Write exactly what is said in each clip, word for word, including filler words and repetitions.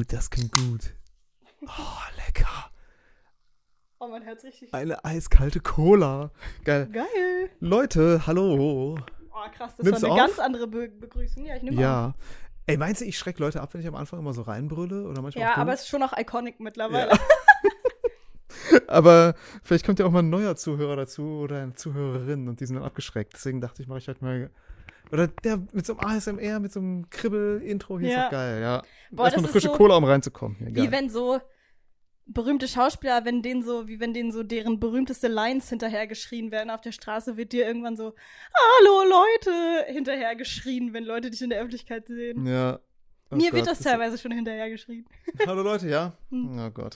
gut, das klingt gut. Oh, lecker. Oh, man hört's richtig. Eine eiskalte Cola. Geil. Geil. Leute, hallo. Oh, krass, das Nimmst war du eine auf? ganz andere Be- Begrüßung. Ja, ich nehme auf. Ja. Ey, meinst du, ich schreck Leute ab, wenn ich am Anfang immer so reinbrülle? Oder manchmal Ja, auch du? aber es ist schon noch iconic mittlerweile. Ja. Aber vielleicht kommt ja auch mal ein neuer Zuhörer dazu oder eine Zuhörerin und die sind dann abgeschreckt. Deswegen dachte ich, mache ich halt mal. Oder der mit so einem A S M R, mit so einem Kribbel-Intro hier Ja. ist doch geil, ja. Boah, Erstmal das eine ist frische so, Cola, um reinzukommen. Hier, wie geil. wenn so berühmte Schauspieler, wenn denen so, wie wenn denen so deren berühmteste Lines hinterhergeschrien werden auf der Straße, wird dir irgendwann so, hallo Leute, hinterhergeschrien, wenn Leute dich in der Öffentlichkeit sehen. Ja. Oh Mir Gott, wird das ist- teilweise schon hinterhergeschrien. Hallo Leute, ja? Hm. Oh Gott.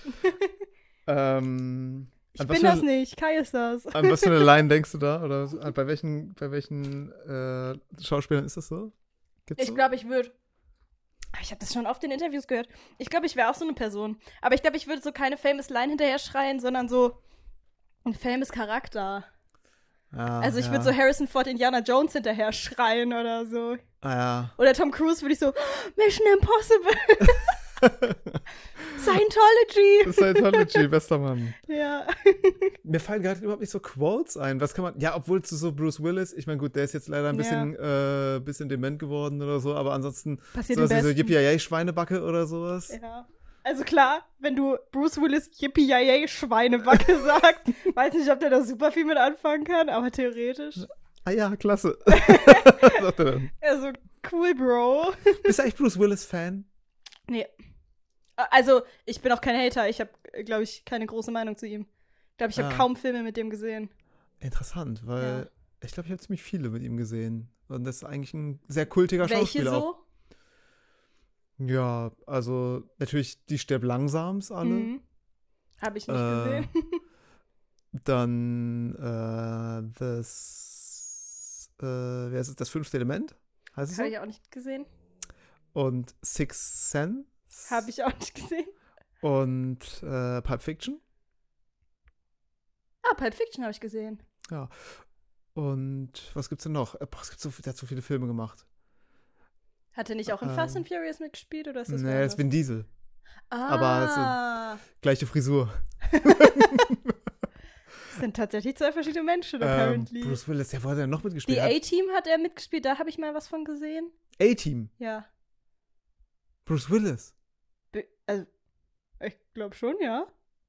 ähm, Ich an was bin für das eine- nicht, Kai ist das. An was für eine Line denkst du da? Oder bei welchen, bei welchen äh, Schauspielern ist das so? Gibt's Ich so? glaube, ich würde. Ich habe das schon oft in Interviews gehört. Ich glaube, ich wäre auch so eine Person. Aber ich glaube, ich würde so keine famous Line hinterher schreien, sondern so ein famous Charakter. Ah, Also ich ja. würde so Harrison Ford Indiana Jones hinterher schreien oder so. Ah, ja. Oder Tom Cruise würde ich so, Mission Impossible. Scientology. Scientology, bester Mann. Ja. Mir fallen gerade überhaupt nicht so Quotes ein. Was kann man. Ja, obwohl zu so Bruce Willis, ich meine, gut, der ist jetzt leider ein bisschen, äh, bisschen dement geworden oder so, aber ansonsten Passiert sowas im wie so Besten. Yippie-Yay-Schweinebacke oder sowas. Ja. Also klar, wenn du Bruce Willis Yippie Schweinebacke sagst, weiß nicht, ob der da super viel mit anfangen kann, aber theoretisch. Ah ja, klasse. Was sagt er dann? Also, cool, Bro. Bist du eigentlich Bruce Willis-Fan? Nee. Also, ich bin auch kein Hater. Ich habe, glaube ich, keine große Meinung zu ihm. Ich glaube, ich habe Ah. kaum Filme mit dem gesehen. Interessant, weil Ja. ich glaube, ich habe ziemlich viele mit ihm gesehen. Und das ist eigentlich ein sehr kultiger Welche Schauspieler auch. so? Ja, also natürlich die Stirb langsams alle. Mhm. Habe ich nicht Äh, gesehen. Dann äh, das, äh, wer ist es? Das fünfte Element? Heißt es so? Habe ich auch nicht gesehen. Und Sixth Sense. Habe ich auch nicht gesehen. Und äh, Pulp Fiction. Ah, Pulp Fiction habe ich gesehen. Und was gibt's denn noch? Äh, Boah, es gibt so, der hat so viele Filme gemacht. Hat er nicht auch in Ähm, Fast and Furious mitgespielt? Oder ist das Nee, wer das ist anders? Vin Diesel. Ah, aber Gleiche Frisur. das sind tatsächlich zwei verschiedene Menschen, Ähm, apparently. Bruce Willis, der wollte ja noch mitgespielt. Die Hat A-Team hat er mitgespielt, da habe ich mal was von gesehen. A-Team. Ja. Bruce Willis. Be- Also, ich glaube schon, ja.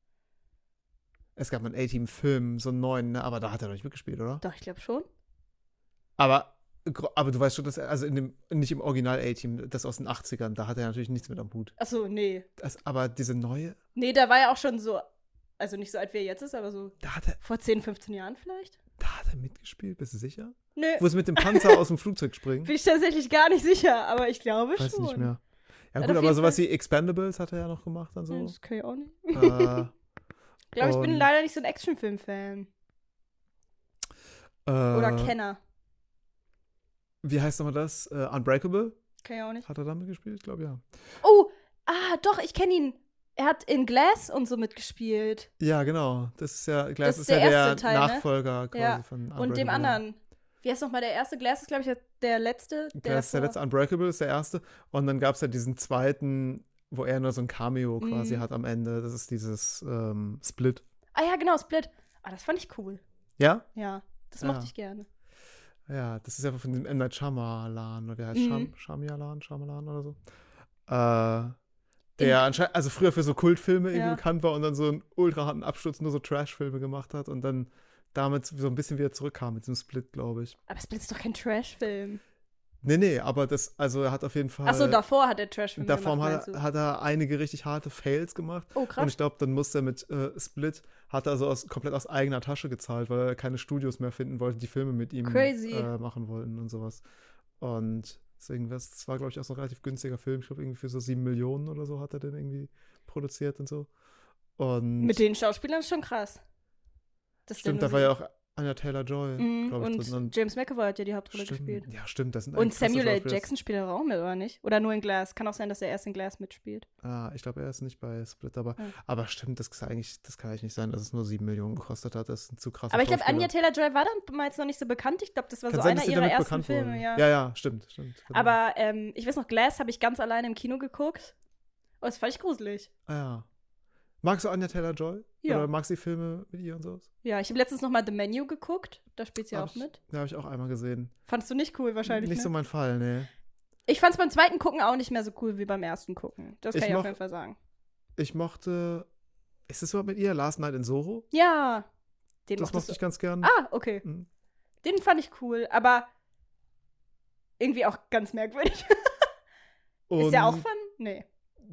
Es gab mal einen A-Team-Film, so einen neuen, ne? Aber da hat er doch nicht mitgespielt, oder? Doch, ich glaube schon. Aber, aber du weißt schon, dass er, also in dem, nicht im Original A-Team, das aus den achtzigern, da hat er natürlich nichts mit am Hut. Achso, nee. Das, aber diese neue, Nee, da war er auch schon so, also nicht so alt wie er jetzt ist, aber so da hat er, vor zehn, fünfzehn Jahren vielleicht. da hat er mitgespielt, bist du sicher? Nö, Wo es mit dem Panzer aus dem Flugzeug springen? bin ich tatsächlich gar nicht sicher, aber ich glaube Weiß schon. nicht mehr. Ja Hat gut, auf aber jeden sowas Fall- wie Expendables hat er ja noch gemacht und so. Hm, Das kann ich auch nicht. äh, Ich glaube, ich bin und- leider nicht so ein Actionfilm-Fan. äh, Oder Kenner. Wie heißt nochmal das? Äh, Unbreakable? Kann ich auch nicht. Hat er da mitgespielt? Ich glaube, ja. Oh, ah, doch, ich kenne ihn. Er hat in Glass und so mitgespielt. Ja, genau. Das ist ja, Glass Das ist, ist ja der der erste Teil, ne? Nachfolger quasi Ja. von Und dem Unbreakable. anderen. Wie heißt nochmal der erste? Glass ist, glaube ich, der letzte. Glass ist der letzte, Unbreakable ist der erste. Und dann gab es ja diesen zweiten, wo er nur so ein Cameo quasi Mhm. hat am Ende. Das ist dieses ähm, Split. Ah ja, genau, Split. Ah, das fand ich cool. Ja? Ja, das Ja. mochte ich gerne. Ja, das ist ja von dem M. Night Shyamalan, oder der heißt Mhm. Sham, Shyamalan, Shyamalan oder so. Äh, der anscheinend, also früher für so Kultfilme irgendwie Ja. bekannt war und dann so einen ultra harten Absturz, nur so Trash-Filme gemacht hat und dann damit so ein bisschen wieder zurückkam mit diesem Split, glaube ich. Aber Split ist doch kein Trash-Film. Nee, nee, aber das, also er hat auf jeden Fall. Achso, davor hat er Trash-Filme davor gemacht, hat, meinst du? hat er einige richtig harte Fails gemacht. Oh, Und krass. ich glaube, dann musste er mit äh, Split, hat er also aus, komplett aus eigener Tasche gezahlt, weil er keine Studios mehr finden wollte, die Filme mit ihm Crazy. äh, machen wollten und sowas. Und deswegen, das das war, glaube ich, auch so ein relativ günstiger Film. Ich glaube, irgendwie für so sieben Millionen oder so hat er den irgendwie produziert und so. Und Mit den Schauspielern ist schon krass. Das stimmt, da war ja auch Anya Taylor-Joy, Mhm, glaube ich, und drin. Und James McAvoy hat ja die Hauptrolle stimmt, gespielt. ja, stimmt. Das sind Und eigentlich krasse Samuel L. Schauspieler. Jackson spielt er auch mit, oder nicht? Oder nur in Glass. Kann auch sein, dass er erst in Glass mitspielt. Ah, ich glaube, er ist nicht bei Split, aber, Ja. aber stimmt, das, ist eigentlich, das kann eigentlich nicht sein, dass es nur sieben Millionen gekostet hat. Das ist ein zu krasser Aber ich glaube, Schauspieler. Anya Taylor-Joy war damals noch nicht so bekannt. Ich glaube, das war Kann so sein, einer dass die ihrer damit ersten bekannt Filme, wurden. ja. Ja, ja, stimmt, stimmt. Genau. Aber ähm, ich weiß noch, Glass habe ich ganz alleine im Kino geguckt. Oh, das fand ich gruselig. Ah ja. Magst du Anya Taylor-Joy? Ja. Oder magst du die Filme mit ihr und sowas? Ja, ich habe letztens noch mal The Menu geguckt. Da spielt sie Hab auch ich, mit. Ja, habe ich auch einmal gesehen. Fandest du nicht cool wahrscheinlich, Nicht ne? so mein Fall, nee. Ich fand's beim zweiten Gucken auch nicht mehr so cool wie beim ersten Gucken. Das kann Ich ich, auf moch- jeden Fall sagen. Ich mochte, ist es überhaupt mit ihr? Last Night in Soho? Ja. Den Das mochtest mochte du. ich ganz gern. Ah, okay. Mhm. Den fand ich cool, aber irgendwie auch ganz merkwürdig. Und, Ist der auch von? Nee.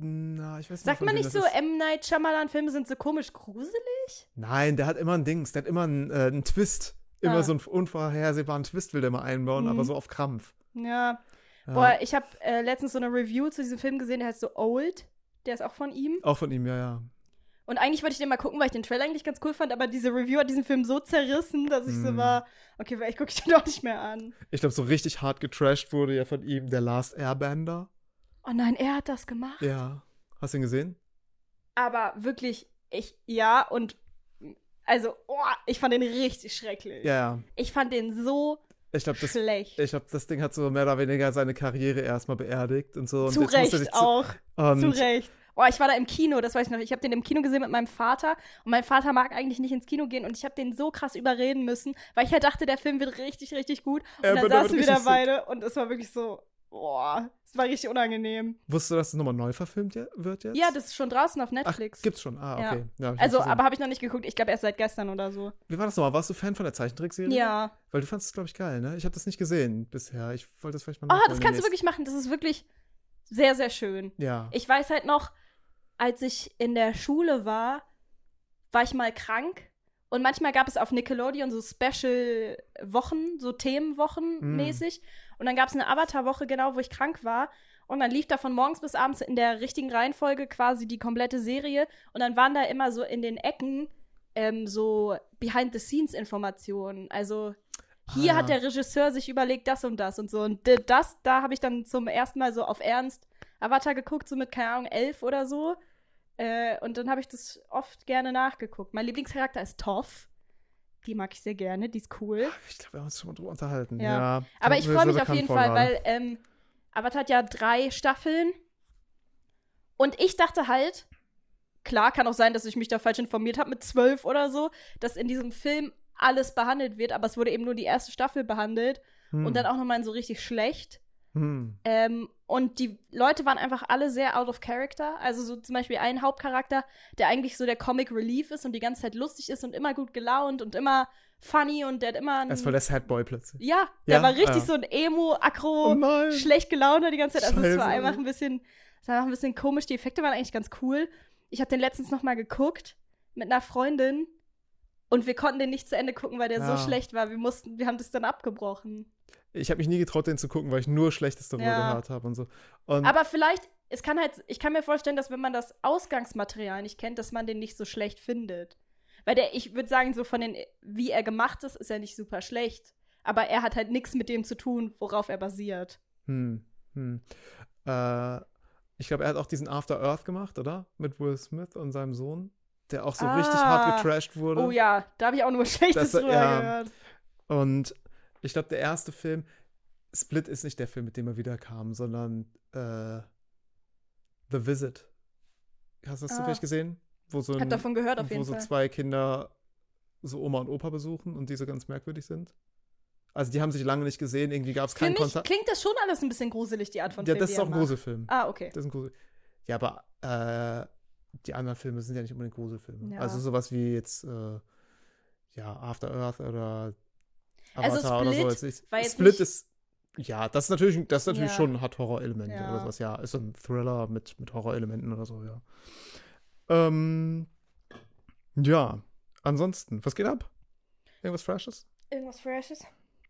Na, ich weiß nicht. Sagt von man wem nicht das so, ist. M. Night Shyamalan-Filme sind so komisch gruselig? Nein, der hat immer ein Dings, der hat immer einen, äh, einen Twist. Immer Ah. so einen unvorhersehbaren Twist will der mal einbauen, Mhm. aber so auf Krampf. Ja. Ja. Boah, ich habe äh, letztens so eine Review zu diesem Film gesehen, der heißt so Old. Der ist auch von ihm. Auch von ihm, ja, ja. Und eigentlich wollte ich den mal gucken, weil ich den Trailer eigentlich ganz cool fand, aber diese Review hat diesen Film so zerrissen, dass ich so Mm. war, okay, vielleicht gucke ich den doch nicht mehr an. Ich glaube, so richtig hart getrashed wurde ja von ihm der Last Airbender. Oh nein, er hat das gemacht. Ja. Hast du ihn gesehen? Aber wirklich, ich, ja, und also, oh, ich fand den richtig schrecklich. Ja, ja. Ich fand den so Ich glaube, das, schlecht. ich glaub, das Ding hat so mehr oder weniger seine Karriere erstmal beerdigt und so. Und Zu jetzt musste Recht sich auch. Und Zu Recht. Boah, ich war da im Kino, das weiß ich noch. Ich habe den im Kino gesehen mit meinem Vater und mein Vater mag eigentlich nicht ins Kino gehen und ich habe den so krass überreden müssen, weil ich halt dachte, der Film wird richtig, richtig gut. Und Ja, dann aber der saßen wird wir da richtig beide und es war wirklich so, boah, es war richtig unangenehm. Wusstest du, dass es nochmal neu verfilmt je- wird jetzt? Ja, das ist schon draußen auf Ach, Netflix. gibt's schon. Ah, okay. Ja. hab ich Also, nicht gesehen. aber habe ich noch nicht geguckt. Ich glaube erst seit gestern oder so. Wie war das nochmal? Warst du Fan von der Zeichentrickserie? Ja. Weil du fandest es, glaube ich, geil, ne? Ich habe das nicht gesehen bisher. Ich wollte das vielleicht mal Oh, nachholen das kannst du demnächst. wirklich machen. Das ist wirklich sehr, sehr schön. Ja. Ich weiß halt noch, als ich in der Schule war, war ich mal krank. Und manchmal gab es auf Nickelodeon so Special-Wochen, so Themenwochen Mm. mäßig. Und dann gab es eine Avatar-Woche, genau, wo ich krank war. Und dann lief da von morgens bis abends in der richtigen Reihenfolge quasi die komplette Serie. Und dann waren da immer so in den Ecken ähm, so Behind-the-Scenes-Informationen. Also hier Ah. hat der Regisseur sich überlegt, das und das und so. Und d- das, da habe ich dann zum ersten Mal so auf Ernst Avatar geguckt, so mit, keine Ahnung, elf oder so. Äh, und dann habe ich das oft gerne nachgeguckt. Mein Lieblingscharakter ist Toph. Die mag ich sehr gerne, die ist cool. Ich glaube, wir haben uns schon mal drüber unterhalten. Ja. Ja. Aber Kommt ich mir freue sehr mich auf bekannt jeden vor Fall, gerade. weil ähm, Avatar hat ja drei Staffeln. Und ich dachte halt, klar, kann auch sein, dass ich mich da falsch informiert habe mit zwölf oder so, dass in diesem Film alles behandelt wird, aber es wurde eben nur die erste Staffel behandelt Hm. und dann auch nochmal in so richtig schlecht. Hm. Ähm, und die Leute waren einfach alle sehr out of character. Also so zum Beispiel ein Hauptcharakter, der eigentlich so der Comic Relief ist und die ganze Zeit lustig ist und immer gut gelaunt und immer funny und der hat immer Er ist voll der Sad Boy plötzlich. ja, der Ja, war richtig ja. so ein Emo, Aggro, Oh nein. schlecht gelaunt die ganze Zeit. Also es war Scheiße. einfach ein bisschen, es war einfach ein bisschen komisch. Die Effekte waren eigentlich ganz cool. Ich habe den letztens noch mal geguckt mit einer Freundin und wir konnten den nicht zu Ende gucken, weil der Ja. so schlecht war. Wir mussten, wir haben das dann abgebrochen. Ich habe mich nie getraut, den zu gucken, weil ich nur Schlechtes darüber Ja. gehört habe und so. Und Aber vielleicht, es kann halt, ich kann mir vorstellen, dass wenn man das Ausgangsmaterial nicht kennt, dass man den nicht so schlecht findet. Weil der, ich würde sagen, so von den, wie er gemacht ist, ist er nicht super schlecht. Aber er hat halt nichts mit dem zu tun, worauf er basiert. Hm, hm. Äh, ich glaube, er hat auch diesen After Earth gemacht, oder? Mit Will Smith und seinem Sohn, der auch so Ah. richtig hart getrashed wurde. Oh ja, da habe ich auch nur Schlechtes Das- drüber ja. gehört. Und ich glaube, der erste Film, Split ist nicht der Film, mit dem er wiederkam, sondern äh, The Visit. Hast du das Ah. zufällig gesehen? Wo so Ich ein, habe davon gehört auf wo jeden so Fall. zwei Kinder so Oma und Opa besuchen und die so ganz merkwürdig sind. Also die haben sich lange nicht gesehen, irgendwie gab es Für keinen mich Kontakt. klingt das schon alles ein bisschen gruselig, die Art von Ja, Film, das die ist er auch ein macht. Gruselfilm. Ah, okay. Das ist ein Grusel. Ja, aber äh, die anderen Filme sind ja nicht unbedingt Gruselfilme. Ja. Also sowas wie jetzt äh, ja, After Earth oder Also Avatar oder so. Split Jetzt nicht. war jetzt Split nicht- ist ja, das ist natürlich, das ist natürlich Ja. schon, hat Horrorelemente Ja. oder sowas. Ja, ist so ein Thriller mit, mit Horrorelementen oder so, ja. Ähm, ja, ansonsten, was geht ab? Irgendwas Freshes? Irgendwas Freshes?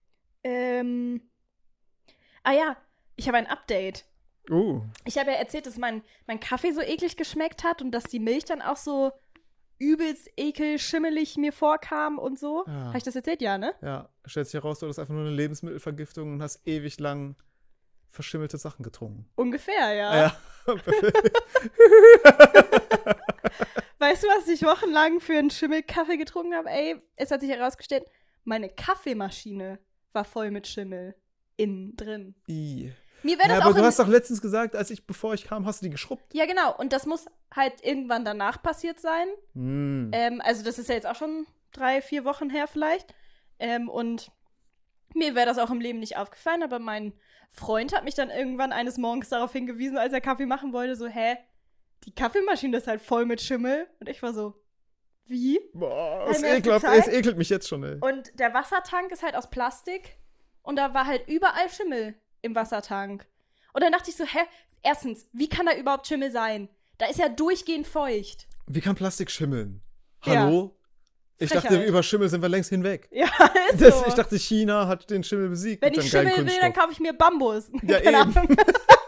Ähm. Ah ja, ich habe ein Update. Uh, Ich habe ja erzählt, dass mein, mein Kaffee so eklig geschmeckt hat und dass die Milch dann auch so übelst ekelschimmelig mir vorkam und so. Ja. Habe ich das erzählt? Ja, ne? ja, stellt sich heraus, du hattest einfach nur eine Lebensmittelvergiftung und hast ewig lang verschimmelte Sachen getrunken. Ungefähr, ja. Ah, ja. Weißt du, was ich wochenlang für einen Schimmelkaffee getrunken habe? Ey, es hat sich herausgestellt, meine Kaffeemaschine war voll mit Schimmel innen drin. I. Mir wäre Ja, das aber auch du im- hast doch letztens gesagt, als ich, bevor ich kam, hast du die geschrubbt. Ja, genau. Und das muss halt irgendwann danach passiert sein. Hm. Ähm, also das ist ja jetzt auch schon drei, vier Wochen her vielleicht. Ähm, und mir wäre das auch im Leben nicht aufgefallen, aber mein Freund hat mich dann irgendwann eines Morgens darauf hingewiesen, als er Kaffee machen wollte, so, hä, die Kaffeemaschine ist halt voll mit Schimmel. Und ich war so, wie? Boah, Hat es, mir das ekelhaft, gezeigt? es ekelt mich jetzt schon, ey. Und der Wassertank ist halt aus Plastik und da war halt überall Schimmel im Wassertank. Und dann dachte ich so, hä, erstens, wie kann da überhaupt Schimmel sein? Da ist ja durchgehend feucht. Wie kann Plastik schimmeln? Ja. Hallo? Ich Frechheit. dachte, über Schimmel sind wir längst hinweg. Ja, ist Das, so. ich dachte, China hat den Schimmel besiegt. Wenn mit ich seinem geilen Schimmel will, dann Kunststoff. kaufe ich mir Bambus. Ja, Keine eben. Ahnung.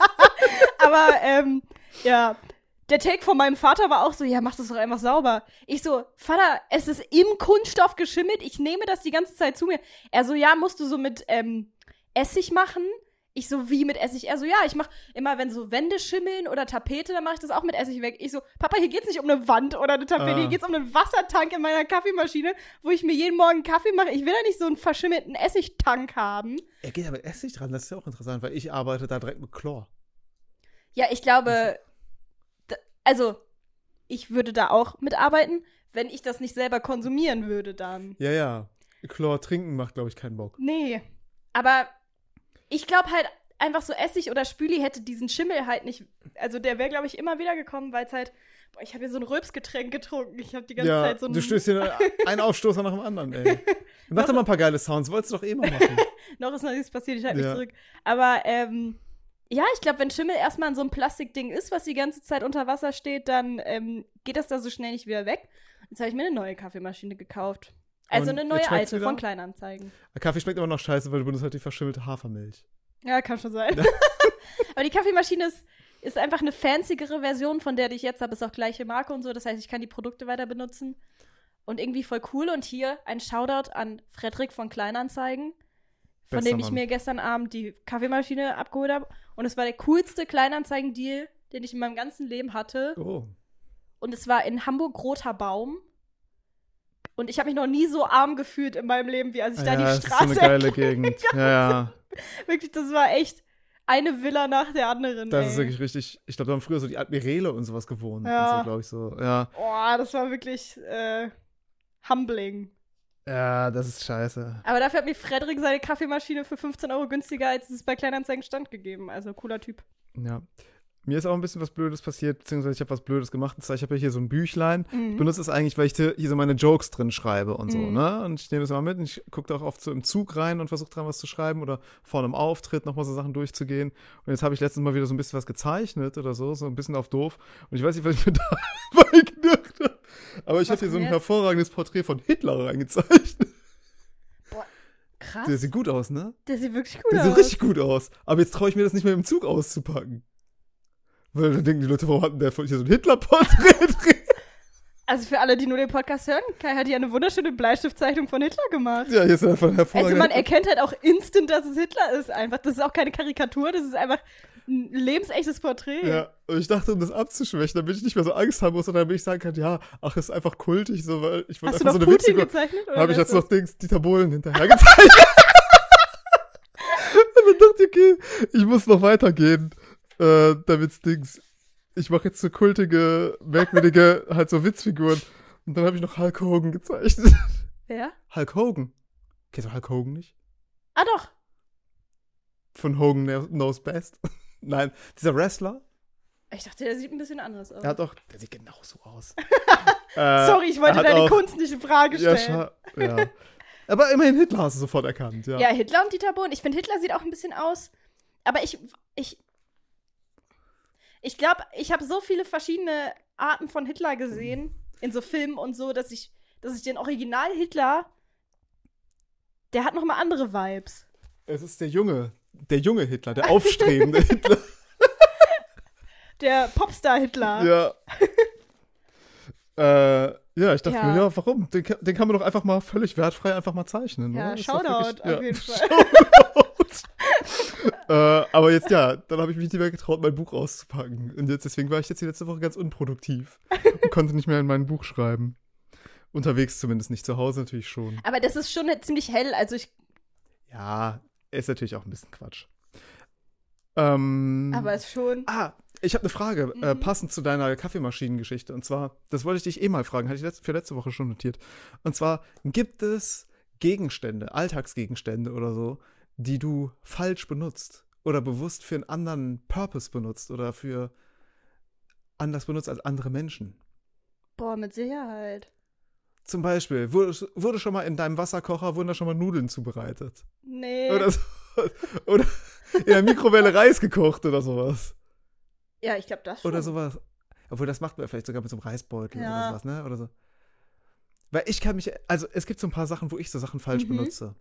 Aber, ähm, ja. Der Take von meinem Vater war auch so, ja, mach das doch einfach sauber. Ich so, Vater, es ist im Kunststoff geschimmelt, ich nehme das die ganze Zeit zu mir. Er so, ja, musst du so mit ähm, Essig machen? Ich so, wie mit Essig? Er so, ja, ich mach immer, wenn so Wände schimmeln oder Tapete, dann mache ich das auch mit Essig weg. Ich so, Papa, hier geht's nicht um eine Wand oder eine Tapete, Ah. hier geht's um einen Wassertank in meiner Kaffeemaschine, wo ich mir jeden Morgen Kaffee mache. Ich will ja nicht so einen verschimmelten Essigtank haben. Er geht aber Essig dran, das ist ja auch interessant, weil ich arbeite da direkt mit Chlor. Ja, ich glaube, d- also, ich würde da auch mitarbeiten, wenn ich das nicht selber konsumieren würde dann. Ja, ja. Chlor trinken macht, glaube ich, keinen Bock. Nee. Aber ich glaube halt, einfach so Essig oder Spüli hätte diesen Schimmel halt nicht, also der wäre, glaube ich, immer wieder gekommen, weil es halt, boah, ich habe hier so ein Rülpsgetränk getrunken. Ich habe die ganze Ja, Zeit so ein, du stößt hier einen Aufstoßer nach dem anderen, ey. Mach doch mal ein paar geile Sounds, wolltest du doch eh mal machen. noch ist noch nichts passiert, ich halte mich Ja. zurück. Aber, ähm, ja, ich glaube, wenn Schimmel erstmal in so einem Plastikding ist, was die ganze Zeit unter Wasser steht, dann ähm, geht das da so schnell nicht wieder weg. Jetzt habe ich mir eine neue Kaffeemaschine gekauft. Also Und eine jetzt neue schmeckt's alte wieder? von Kleinanzeigen. Der Kaffee schmeckt immer noch scheiße, weil du benutzt halt die verschimmelte Hafermilch. Ja, kann schon sein. Aber die Kaffeemaschine ist, ist einfach eine fancyere Version von der, die ich jetzt habe. Ist auch gleiche Marke und so. Das heißt, ich kann die Produkte weiter benutzen. Und irgendwie voll cool. Und hier ein Shoutout an Frederik von Kleinanzeigen, von Bester dem ich Mann. mir gestern Abend die Kaffeemaschine abgeholt habe. Und es war der coolste Kleinanzeigen-Deal, den ich in meinem ganzen Leben hatte. Oh. Und es war in Hamburg-Roter Baum. Und ich habe mich noch nie so arm gefühlt in meinem Leben, wie als ich da ja, die das ist so Straße eine geile Gegend. Ja, ja. Wirklich, das war echt eine Villa nach der anderen. Das ey. ist wirklich richtig. Ich glaube, da haben früher so die Admirale und sowas gewohnt. Ja. Und so, glaube ich, so. Ja. Oh, das war wirklich äh, humbling. Ja, das ist scheiße. Aber dafür hat mir Frederik seine Kaffeemaschine für fünfzehn Euro günstiger, als es bei Kleinanzeigen stand, gegeben. Also cooler Typ. Ja. Mir ist auch ein bisschen was Blödes passiert, beziehungsweise ich habe was Blödes gemacht. Und zwar, ich habe ja hier so ein Büchlein. Mhm. Ich benutze es eigentlich, weil ich hier hier so meine Jokes drin schreibe und so, Mhm. ne? Und ich nehme es immer mit und ich gucke da auch oft so im Zug rein und versuche dran was zu schreiben oder vor einem Auftritt nochmal so Sachen durchzugehen. Und jetzt habe ich letztens mal wieder so ein bisschen was gezeichnet oder so, so ein bisschen auf doof. Und ich weiß nicht, was ich mir dabei gedacht habe. Aber ich Was habe hier so ein denn jetzt? hervorragendes Porträt von Hitler reingezeichnet. Krass. Der sieht gut aus, ne? Der sieht wirklich gut Der aus. sieht richtig gut aus. Aber jetzt traue ich mir das nicht mehr im Zug auszupacken. Weil dann denken die Leute, warum hat denn der von hier so ein Hitler-Porträt drin? Also für alle, die nur den Podcast hören, Kai hat hier eine wunderschöne Bleistiftzeichnung von Hitler gemacht. Ja, hier ist einfach ein hervorragender Also man Hitler. erkennt halt auch instant, dass es Hitler ist einfach. Das ist auch keine Karikatur, das ist einfach ein lebensechtes Porträt. Ja, und ich dachte, um das abzuschwächen, damit ich nicht mehr so Angst haben muss, sondern damit ich sagen kann, ja, ach, ist einfach kultig, so, weil ich wollte Hast du einfach noch so eine Putin witzige. gezeichnet? oder Habe ich wer jetzt ist noch das? Dings, Dieter Bohlen hinterher gezeichnet. Und dann dachte ich, okay, ich muss noch weitergehen, äh, damit Dings. Ich mache jetzt so kultige, merkwürdige, halt so Witzfiguren. Und dann habe ich noch Hulk Hogan gezeichnet. Wer? Hulk Hogan. Kennst du Hulk Hogan nicht? Ah doch. Von Hogan Knows Best. Nein, dieser Wrestler. Ich dachte, der sieht ein bisschen anders aus. Er hat doch, der sieht genauso aus. äh, Sorry, ich wollte er hat deine auch- Kunst nicht in Frage Ja, stellen. scha- ja. Aber immerhin Hitler hast du sofort erkannt, ja. Ja, Hitler und Dieter Bohlen. Ich finde, Hitler sieht auch ein bisschen aus. Aber ich, ich, ich glaube, ich habe so viele verschiedene Arten von Hitler gesehen, in so Filmen und so, dass ich, dass ich den Original Hitler, der hat noch mal andere Vibes. Es ist der junge, der junge Hitler, der aufstrebende Hitler. Der Popstar Hitler. Ja. äh, ja, ich dachte Ja. mir, ja, warum? Den, kann- den kann man doch einfach mal völlig wertfrei einfach mal zeichnen. Ja, oder? Ist doch Shoutout wirklich- auf ja. jeden Fall. Shoutout. äh, aber jetzt ja, dann habe ich mich nicht mehr getraut, mein Buch auszupacken. Und jetzt, deswegen war ich jetzt die letzte Woche ganz unproduktiv und konnte nicht mehr in mein Buch schreiben. Unterwegs zumindest nicht, zu Hause natürlich schon. Aber das ist schon ziemlich hell. Also ich, Ja, ist natürlich auch ein bisschen Quatsch. Ähm, Aber es schon. Ah, ich habe eine Frage, Mhm. äh, passend zu deiner Kaffeemaschinengeschichte. Und zwar, das wollte ich dich eh mal fragen, hatte ich letzt, für letzte Woche schon notiert. Und zwar, gibt es Gegenstände, Alltagsgegenstände oder so, die du falsch benutzt oder bewusst für einen anderen Purpose benutzt oder für anders benutzt als andere Menschen? Boah, mit Sicherheit. Zum Beispiel, wurde, wurde schon mal in deinem Wasserkocher, wurden da schon mal Nudeln zubereitet? Nee. Oder so. Oder in der Mikrowelle Reis gekocht oder sowas. Ja, ich glaube das schon. Oder sowas. Obwohl, das macht man vielleicht sogar mit so einem Reisbeutel Ja. oder sowas, ne? Oder so. Weil ich kann mich, also es gibt so ein paar Sachen, wo ich so Sachen falsch Mhm. benutze.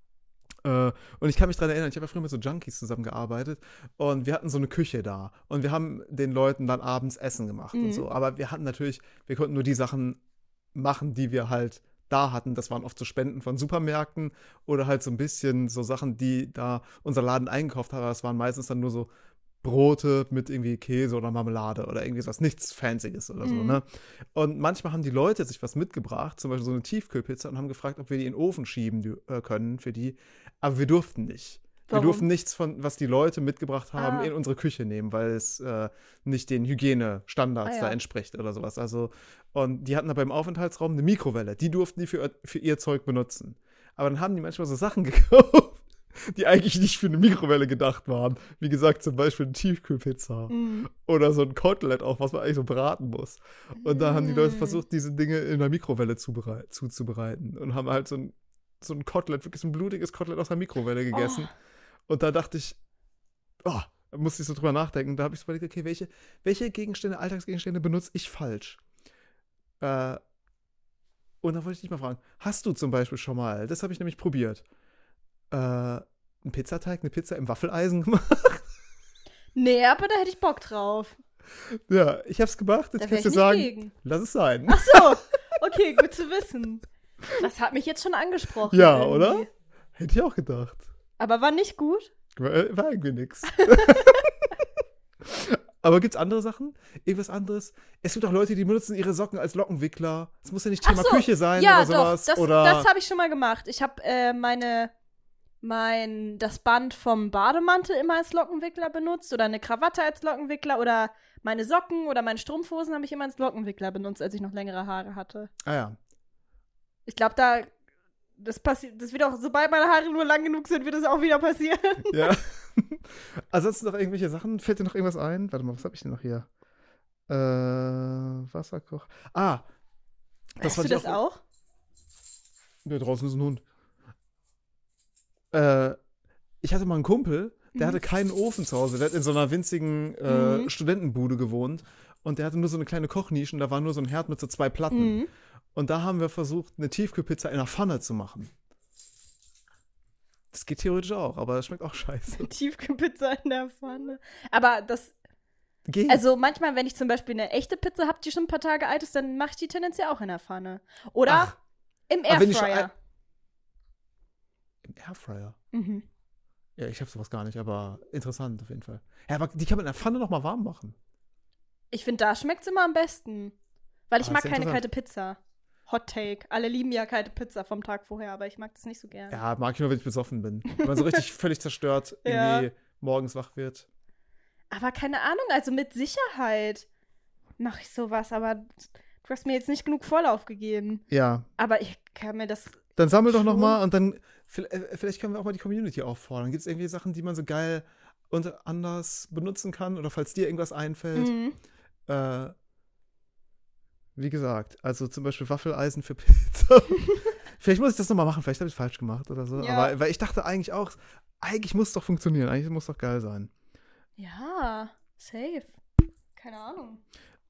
Äh, und ich kann mich daran erinnern, ich habe ja früher mit so Junkies zusammengearbeitet und wir hatten so eine Küche da. Und wir haben den Leuten dann abends Essen gemacht Mhm. und so. Aber wir hatten natürlich, wir konnten nur die Sachen machen, die wir halt da hatten. Das waren oft so Spenden von Supermärkten oder halt so ein bisschen so Sachen, die da unser Laden eingekauft hat. Aber das waren meistens dann nur so Brote mit irgendwie Käse oder Marmelade oder irgendwie sowas, nichts Fancyes oder so, Mhm. ne? Und manchmal haben die Leute sich was mitgebracht, zum Beispiel so eine Tiefkühlpizza und haben gefragt, ob wir die in den Ofen schieben dü- äh, können für die, aber wir durften nicht. Wir Warum? durften nichts von, was die Leute mitgebracht haben, Ah. in unsere Küche nehmen, weil es äh, nicht den Hygienestandards Ah, ja. da entspricht oder sowas. Also, und die hatten da beim Aufenthaltsraum eine Mikrowelle, die durften die für, für ihr Zeug benutzen. Aber dann haben die manchmal so Sachen gekauft, die eigentlich nicht für eine Mikrowelle gedacht waren. Wie gesagt, zum Beispiel eine Tiefkühlpizza. Mhm. Oder so ein Kotelett auch, was man eigentlich so braten muss. Und da haben die Leute Mm. versucht, diese Dinge in der Mikrowelle zuberei- zuzubereiten. Und haben halt so ein, so ein Kotelett, wirklich so ein blutiges Kotelett aus der Mikrowelle gegessen. Und da dachte ich, oh, da musste ich so drüber nachdenken. Da habe ich so überlegt, okay, welche, welche Gegenstände, Alltagsgegenstände benutze ich falsch? Äh, und da wollte ich dich mal fragen, hast du zum Beispiel schon mal, das habe ich nämlich probiert, äh, einen Pizzateig, eine Pizza im Waffeleisen gemacht? Nee, aber da hätte ich Bock drauf. Ja, ich hab's gemacht. Da Jetzt wär kannst du ich nicht sagen, gegen. lass es sein. Ach so, okay, gut zu wissen. Das hat mich jetzt schon angesprochen. Ja, irgendwie. oder? Hätte ich auch gedacht. Aber war nicht gut. War, äh, war irgendwie nix. Aber gibt's andere Sachen? Irgendwas anderes? Es gibt auch Leute, die benutzen ihre Socken als Lockenwickler. Es muss ja nicht Thema Ach so, Küche sein ja, oder sowas. doch, das, oder das habe ich schon mal gemacht. Ich habe äh, meine, mein, das Band vom Bademantel immer als Lockenwickler benutzt oder eine Krawatte als Lockenwickler oder meine Socken oder meine Strumpfhosen habe ich immer als Lockenwickler benutzt, als ich noch längere Haare hatte. ah ja. Ich glaube, da, das passiert, das wird auch, sobald meine Haare nur lang genug sind, wird das auch wieder passieren. Ja. Ansonsten noch irgendwelche Sachen? Fällt dir noch irgendwas ein? Warte mal, was habe ich denn noch hier? Äh, Wasserkoch. Ah. Hast du fand ich das auch? Ja, draußen ist ein Hund. Äh, ich hatte mal einen Kumpel, der Mhm. hatte keinen Ofen zu Hause. Der hat in so einer winzigen äh, Mhm. Studentenbude gewohnt. Und der hatte nur so eine kleine Kochnische und da war nur so ein Herd mit so zwei Platten. Mhm. Und da haben wir versucht, eine Tiefkühlpizza in einer Pfanne zu machen. Das geht theoretisch auch, aber das schmeckt auch scheiße. Tiefkühlpizza in der Pfanne. Aber das, Geht. also manchmal, wenn ich zum Beispiel eine echte Pizza habe, die schon ein paar Tage alt ist, dann mache ich die tendenziell auch in der Pfanne. Oder Ach, im aber wenn die schon Airfryer. ein- Im Airfryer. Mhm. Ja, ich habe sowas gar nicht, aber interessant auf jeden Fall. Ja, aber die kann man in der Pfanne noch mal warm machen. Ich finde, da schmeckt es immer am besten. Weil ich Ah, mag ist ja keine interessant. kalte Pizza. Hot Take. Alle lieben ja kalte Pizza vom Tag vorher, aber ich mag das nicht so gern. Ja, mag ich nur, wenn ich besoffen bin. Wenn man so richtig völlig zerstört Ja. irgendwie morgens wach wird. Aber keine Ahnung, also mit Sicherheit mache ich sowas, aber du hast mir jetzt nicht genug Vorlauf gegeben. Ja. Aber ich kann mir das. Dann sammel doch noch Schon. mal und dann vielleicht, äh, vielleicht können wir auch mal die Community auffordern. Gibt es irgendwie Sachen, die man so geil und anders benutzen kann? Oder falls dir irgendwas einfällt? Mhm. Äh, wie gesagt, also zum Beispiel Waffeleisen für Pizza. Vielleicht muss ich das noch mal machen. Vielleicht habe ich es falsch gemacht oder so. Ja. Aber weil ich dachte eigentlich auch, eigentlich muss es doch funktionieren. Eigentlich muss es doch geil sein. Ja, safe. Keine Ahnung.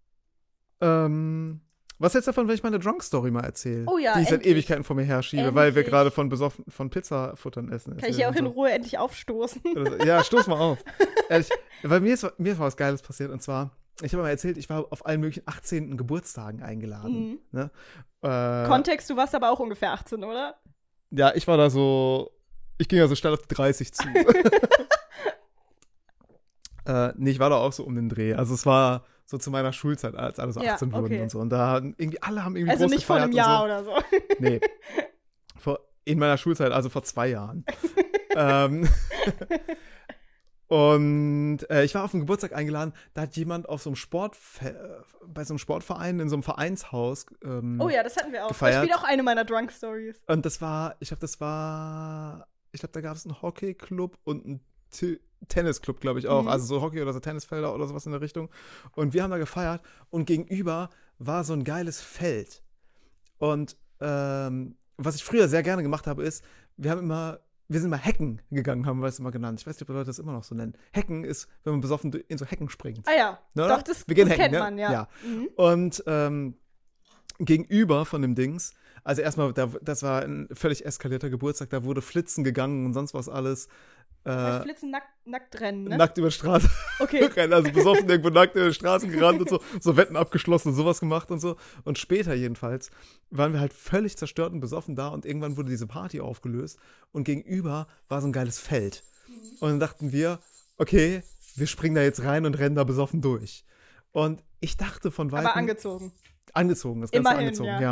Ähm, was hältst du davon, wenn ich meine Drunk-Story mal erzähle? Oh ja, Die ich seit endlich. Ewigkeiten vor mir herschiebe, weil wir Endlich. gerade von besoffen von Pizzafuttern essen. Kann ich ja auch in Ruhe endlich aufstoßen. Oder so. Ja, stoß mal auf. Ehrlich, weil mir ist, mir ist was Geiles passiert. Und zwar, ich habe mal erzählt, ich war auf allen möglichen achtzehnten Geburtstagen eingeladen. Mhm. Ne? Äh, Kontext, du warst aber auch ungefähr achtzehn, oder? ja, ich war da so, ich ging ja so schnell auf die dreißig zu. äh, nee, ich war da auch so um den Dreh. Also es war so zu meiner Schulzeit, als alle so Ja, achtzehn wurden okay. und so. Und da hatten irgendwie, alle haben irgendwie Also groß nicht vor einem gefeiert Jahr und oder so. so. Nee. Vor, in meiner Schulzeit, also vor zwei Jahren. ähm, Und äh, ich war auf einen Geburtstag eingeladen, da hat jemand auf so einem Sport, bei so einem Sportverein, in so einem Vereinshaus ähm, Oh ja, das hatten wir auch. gefeiert. Das spielt auch eine meiner Drunk-Stories. Und das war, ich glaube, das war, ich glaube, da gab es einen Hockeyclub und einen T- Tennisclub, glaube ich auch. Mhm. Also so Hockey oder so Tennisfelder oder sowas in der Richtung. Und wir haben da gefeiert und gegenüber war so ein geiles Feld. Und ähm, was ich früher sehr gerne gemacht habe, ist, wir haben immer, wir sind immer Hecken gegangen, haben wir es immer genannt. Ich weiß nicht, ob die Leute das immer noch so nennen. Hecken ist, wenn man besoffen in so Hecken springt. Ah ja, Ne, oder? doch, das, Wir gehen das Hecken, kennt ne? man, ja. Ja. Mhm. Und ähm, gegenüber von dem Dings, also erstmal, da, das war ein völlig eskalierter Geburtstag, da wurde Flitzen gegangen und sonst was alles. Das Äh, Flitzen nackt, nackt rennen, ne? Nackt über die Straße Okay. rennen, also besoffen irgendwo nackt über die Straßen gerannt und so, so Wetten abgeschlossen und sowas gemacht und so. Und später jedenfalls waren wir halt völlig zerstört und besoffen da und irgendwann wurde diese Party aufgelöst und gegenüber war so ein geiles Feld. Und dann dachten wir, okay, wir springen da jetzt rein und rennen da besoffen durch. Und ich dachte von Weitem... Aber angezogen. Angezogen, das Ganze Immerhin, angezogen, ja. ja.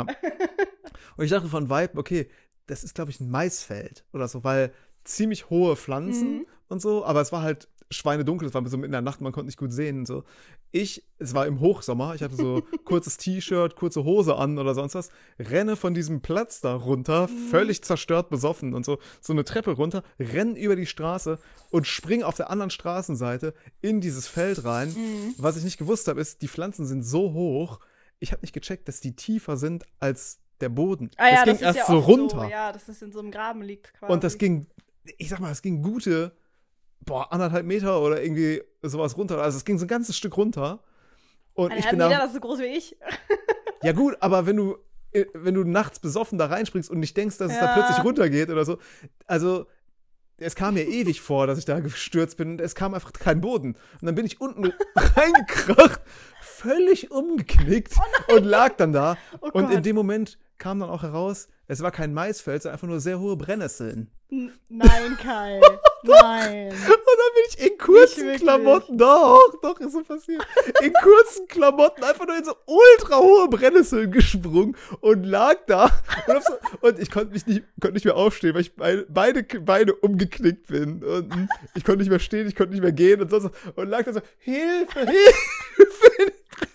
Und ich dachte von Vibe, okay, das ist, glaube ich, ein Maisfeld oder so, weil ziemlich hohe Pflanzen Mhm. und so, aber es war halt schweinedunkel, es war so mitten in der Nacht, man konnte nicht gut sehen und so. Ich, es war im Hochsommer, ich hatte so kurzes T-Shirt, kurze Hose an oder sonst was, renne von diesem Platz da runter, Mhm. völlig zerstört, besoffen und so, so eine Treppe runter, renne über die Straße und spring auf der anderen Straßenseite in dieses Feld rein. Mhm. Was ich nicht gewusst habe, ist, die Pflanzen sind so hoch, ich habe nicht gecheckt, dass die tiefer sind als der Boden. Ah ja, das ging das ist erst ja so oft runter. So, ja, dass es in so einem Graben liegt quasi. Und das ging, ich sag mal, es ging gute, boah, anderthalb Meter oder irgendwie sowas runter. Also es ging so ein ganzes Stück runter. Und ich Eineinhalb bin Meter, da, das ist so groß wie ich. ja gut, aber wenn du, äh, wenn du nachts besoffen da reinspringst und nicht denkst, dass es da Ja. plötzlich runtergeht oder so, also es kam mir ewig vor, dass ich da gestürzt bin und es kam einfach kein Boden. Und dann bin ich unten reingekracht, völlig umgeknickt und lag dann da. Oh Und in Gott. dem Moment kam dann auch heraus, es war kein Maisfeld, sondern einfach nur sehr hohe Brennnesseln. N- Nein, Kai. Nein. Und dann bin ich in kurzen wirklich. Klamotten, doch, doch, ist so passiert, in kurzen Klamotten einfach nur in so ultra hohe Brennnesseln gesprungen und lag da. Und, hab so, und ich konnte mich nicht, konnte nicht mehr aufstehen, weil ich beide, beide Beine umgeknickt bin. Und ich konnte nicht mehr stehen, ich konnte nicht mehr gehen und sonst was. Und lag da so, Hilfe, Hilfe.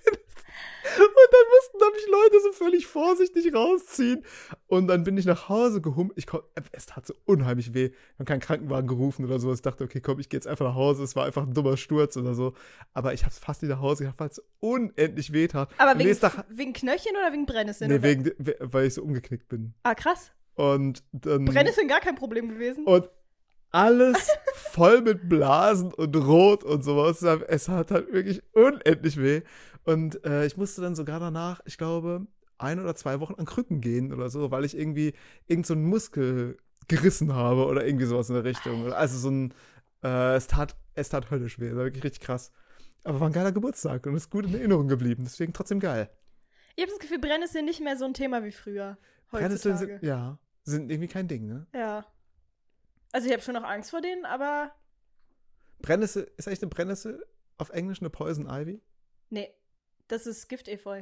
Und dann mussten da mich Leute so völlig vorsichtig rausziehen. Und dann bin ich nach Hause gehumpelt. Ich kon- es tat so unheimlich weh. Ich habe keinen Krankenwagen gerufen oder so. Ich dachte, okay, komm, ich gehe jetzt einfach nach Hause. Es war einfach ein dummer Sturz oder so. Aber ich habe es fast nicht nach Hause gehabt, weil es so unendlich weh tat. Aber Am wegen, nächsten Tag- wegen Knöchchen oder wegen Brennnesseln? Nee, oder? wegen, we- weil ich so umgeknickt bin. Ah, krass. Und dann. Brennnesseln gar kein Problem gewesen. Und alles voll mit Blasen und Rot und sowas. Es hat halt wirklich unendlich weh. Und äh, ich musste dann sogar danach, ich glaube, ein oder zwei Wochen an Krücken gehen oder so, weil ich irgendwie irgend so einen Muskel gerissen habe oder irgendwie sowas in der Richtung. Also so ein, äh, es tat, es tat höllisch weh. Das war wirklich richtig krass. Aber war ein geiler Geburtstag und ist gut in Erinnerung geblieben. Deswegen trotzdem geil. Ich habe das Gefühl, Brennnesseln nicht mehr so ein Thema wie früher. Brennnesseln Heutzutage. sind, ja, sind irgendwie kein Ding, ne? Ja. Also ich habe schon noch Angst vor denen, aber Brennnessel, ist eigentlich eine Brennnessel auf Englisch eine Poison Ivy? nee. Das ist Giftefeu.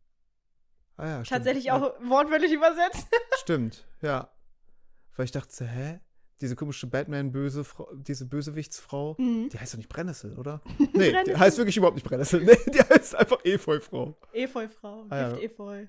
Ah ja, stimmt. Tatsächlich Ja. auch wortwörtlich übersetzt. Stimmt, ja. Weil ich dachte, so, hä? Diese komische Batman-böse Frau, diese Bösewichtsfrau, Mhm. die heißt doch nicht Brennnessel, oder? Nee, die Brennnessel. heißt wirklich überhaupt nicht Brennnessel. Nee, die heißt einfach Efeufrau. Efeufrau. Ah, ja. Giftefeu.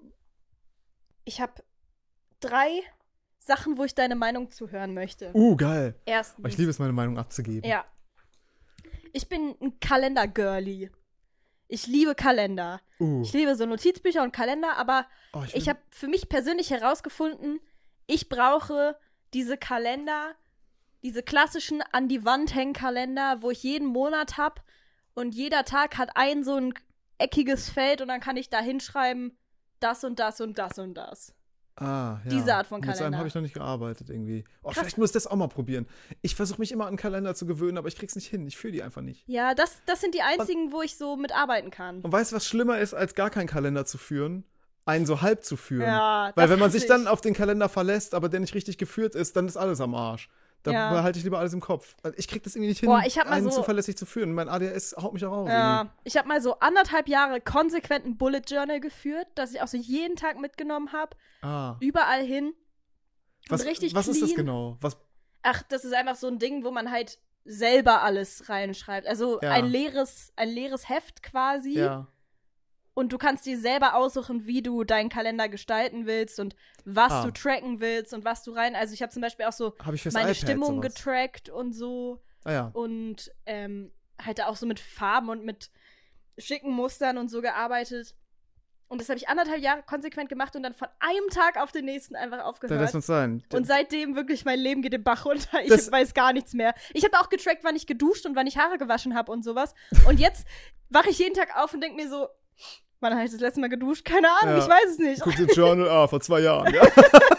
Ich habe drei Sachen, wo ich deine Meinung zuhören möchte. Uh, geil. Erstens. Aber ich liebe es, meine Meinung abzugeben. Ja. Ich bin ein Kalender-Girly. Ich liebe Kalender. Uh. Ich liebe so Notizbücher und Kalender, aber Oh, ich ich will- habe für mich persönlich herausgefunden, ich brauche diese Kalender, diese klassischen an die Wand hängen Kalender, wo ich jeden Monat habe und jeder Tag hat ein so ein eckiges Feld und dann kann ich da hinschreiben, das und das und das und das. Ah, ja. Diese Art von Mit so einem Kalender. habe ich noch nicht gearbeitet irgendwie. Oh, Krass. vielleicht muss ich das auch mal probieren. Ich versuche mich immer an einen Kalender zu gewöhnen, aber ich krieg's nicht hin. Ich fühle die einfach nicht. Ja, das, das sind die einzigen, wo ich so mitarbeiten kann. Und weißt du, was schlimmer ist, als gar keinen Kalender zu führen? Einen so halb zu führen. Ja, Weil das wenn man hasse sich dann ich. auf den Kalender verlässt, aber der nicht richtig geführt ist, dann ist alles am Arsch. Da Ja. behalte ich lieber alles im Kopf. Also ich krieg das irgendwie nicht hin, Boah, ich hab mal einen so- zuverlässig zu führen. Mein A D H S haut mich auch raus. irgendwie. Ja, ich habe mal so anderthalb Jahre konsequent ein Bullet Journal geführt, das ich auch so jeden Tag mitgenommen habe, Ah. überall hin. Was, und richtig was ist das clean. genau? Was, Ach, das ist einfach so ein Ding, wo man halt selber alles reinschreibst. Also Ja. ein leeres, ein leeres Heft quasi. Ja. Und du kannst dir selber aussuchen, wie du deinen Kalender gestalten willst und was Ah. du tracken willst und was du rein. Also ich habe zum Beispiel auch so Habe ich fürs meine iPad Stimmung sowas. getrackt und so. Ah ja. Und ähm, halt da auch so mit Farben und mit schicken Mustern und so gearbeitet. Und das habe ich anderthalb Jahre konsequent gemacht und dann von einem Tag auf den nächsten einfach Da aufgehört. lässt uns sein. Und seitdem wirklich mein Leben geht den Bach runter. Ich Das- weiß gar nichts mehr. Ich habe auch getrackt, wann ich geduscht und wann ich Haare gewaschen habe und sowas. Und jetzt wache ich jeden Tag auf und denke mir so, wann habe ich das letzte Mal geduscht? Keine Ahnung, Ja. ich weiß es nicht. Guckst ins Journal, ah, vor zwei Jahren. Ja.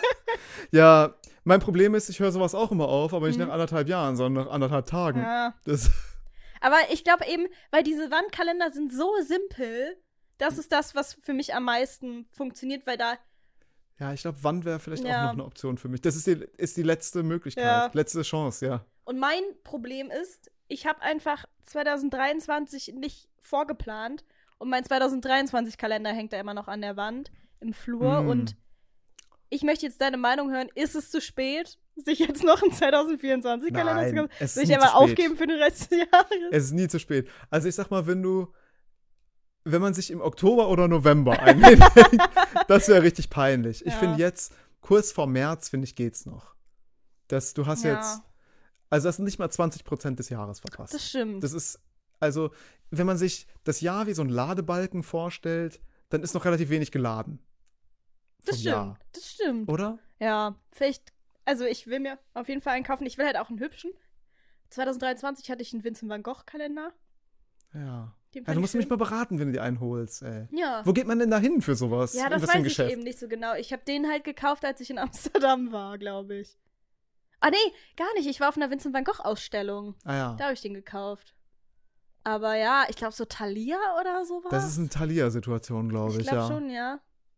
Ja, mein Problem ist, ich höre sowas auch immer auf, aber nicht Mhm. nach anderthalb Jahren, sondern nach anderthalb Tagen. Ja. Das, Aber ich glaube eben, weil diese Wandkalender sind so simpel, das ist das, was für mich am meisten funktioniert, weil da, ja, ich glaube, Wand wäre vielleicht Ja. auch noch eine Option für mich. Das ist die, ist die letzte Möglichkeit, Ja. letzte Chance, ja. und mein Problem ist, ich habe einfach zwanzig dreiundzwanzig nicht vorgeplant und mein zwanzig dreiundzwanzig Kalender hängt da immer noch an der Wand im Flur Mm. und ich möchte jetzt deine Meinung hören, ist es zu spät, sich jetzt noch einen zwanzig vierundzwanzig Kalender Nein, zu kaufen? es ist Soll ich nie einfach zu spät. aufgeben für den Rest des Jahres? Es ist nie zu spät. Also ich sag mal, wenn du, wenn man sich im Oktober oder November einhängt, das wäre richtig peinlich. Ich Ja. finde jetzt, kurz vor März, finde ich, geht's noch. Das, du hast Ja. jetzt, also das sind nicht mal zwanzig Prozent des Jahres verpasst. Das stimmt. Das ist, also, wenn man sich das Jahr wie so ein Ladebalken vorstellt, dann ist noch relativ wenig geladen. Das vom stimmt. Jahr. Das stimmt. Oder? Ja, vielleicht, also ich will mir auf jeden Fall einen kaufen. Ich will halt auch einen hübschen. zwanzig dreiundzwanzig hatte ich einen Vincent van Gogh Kalender. Ja. Den Ja, fand du ich musst mich schön. mal beraten, wenn du dir einen holst, ey. Ja. Wo geht man denn da hin für sowas? Ja, In das was für ein weiß ich Geschäft? eben nicht so genau. Ich habe den halt gekauft, als ich in Amsterdam war, glaube ich. Ah, nee, gar nicht. Ich war auf einer Vincent van Gogh-Ausstellung. Ah ja. Da habe ich den gekauft. Aber ja, ich glaube so Thalia oder sowas. Das ist eine Thalia-Situation, glaube ich, Ich glaube ja. schon, ja.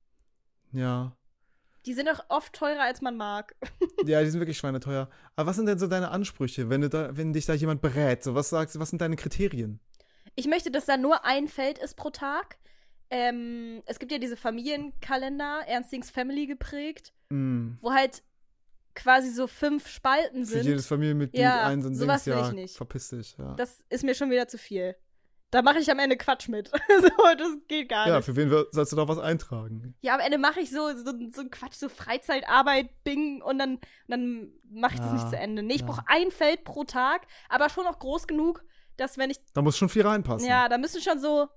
Ja. Die sind auch oft teurer, als man mag. Ja, die sind wirklich schweineteuer. Aber was sind denn so deine Ansprüche, wenn du da, wenn dich da jemand berät? So, was sagst du, was sind deine Kriterien? Ich möchte, dass da nur ein Feld ist pro Tag. Ähm, es gibt ja diese Familienkalender, Ernstings Family geprägt, Mm. wo halt quasi so fünf Spalten Für sind. jedes Familienmitglied Ja, ein so ein sowas Dings, will ja, ich nicht. verpiss dich, ja. Das ist mir schon wieder zu viel. Da mache ich am Ende Quatsch mit. so, das geht gar Ja, nicht. für wen wir- sollst du da was eintragen? Ja, am Ende mache ich so, so, so ein Quatsch, so Freizeitarbeit, Bing, und dann, dann mache ich das Ja, nicht zu Ende. Nee, ich ja. brauche ein Feld pro Tag, aber schon noch groß genug, dass wenn ich, Da muss schon viel reinpassen. ja, da müssen schon so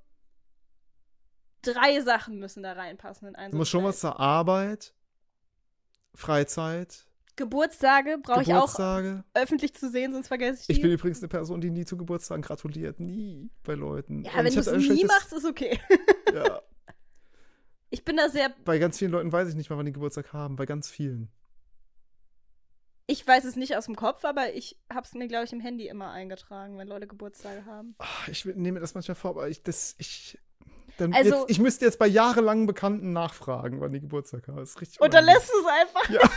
drei Sachen müssen da reinpassen in ein Du so ein musst schon Feld. was zur Arbeit, Freizeit, Geburtstage brauche ich auch Geburtstage. öffentlich zu sehen, sonst vergesse ich die. Ich bin übrigens eine Person, die nie zu Geburtstagen gratuliert. Nie bei Leuten. ja, Und wenn ich du hab es ein nie schlechtes- machst, ist okay. Ja. Ich bin da sehr, Bei ganz vielen Leuten weiß ich nicht mal, wann die Geburtstag haben. Bei ganz vielen. ich weiß es nicht aus dem Kopf, aber ich habe es mir, glaube ich, im Handy immer eingetragen, wenn Leute Geburtstage haben. Ach, ich will- nehme mir das manchmal vor, aber ich, das, ich, dann Also- jetzt, ich müsste jetzt bei jahrelangen Bekannten nachfragen, wann die Geburtstag haben. Das ist richtig Und dann unangenehm. lässt du es einfach. Ja.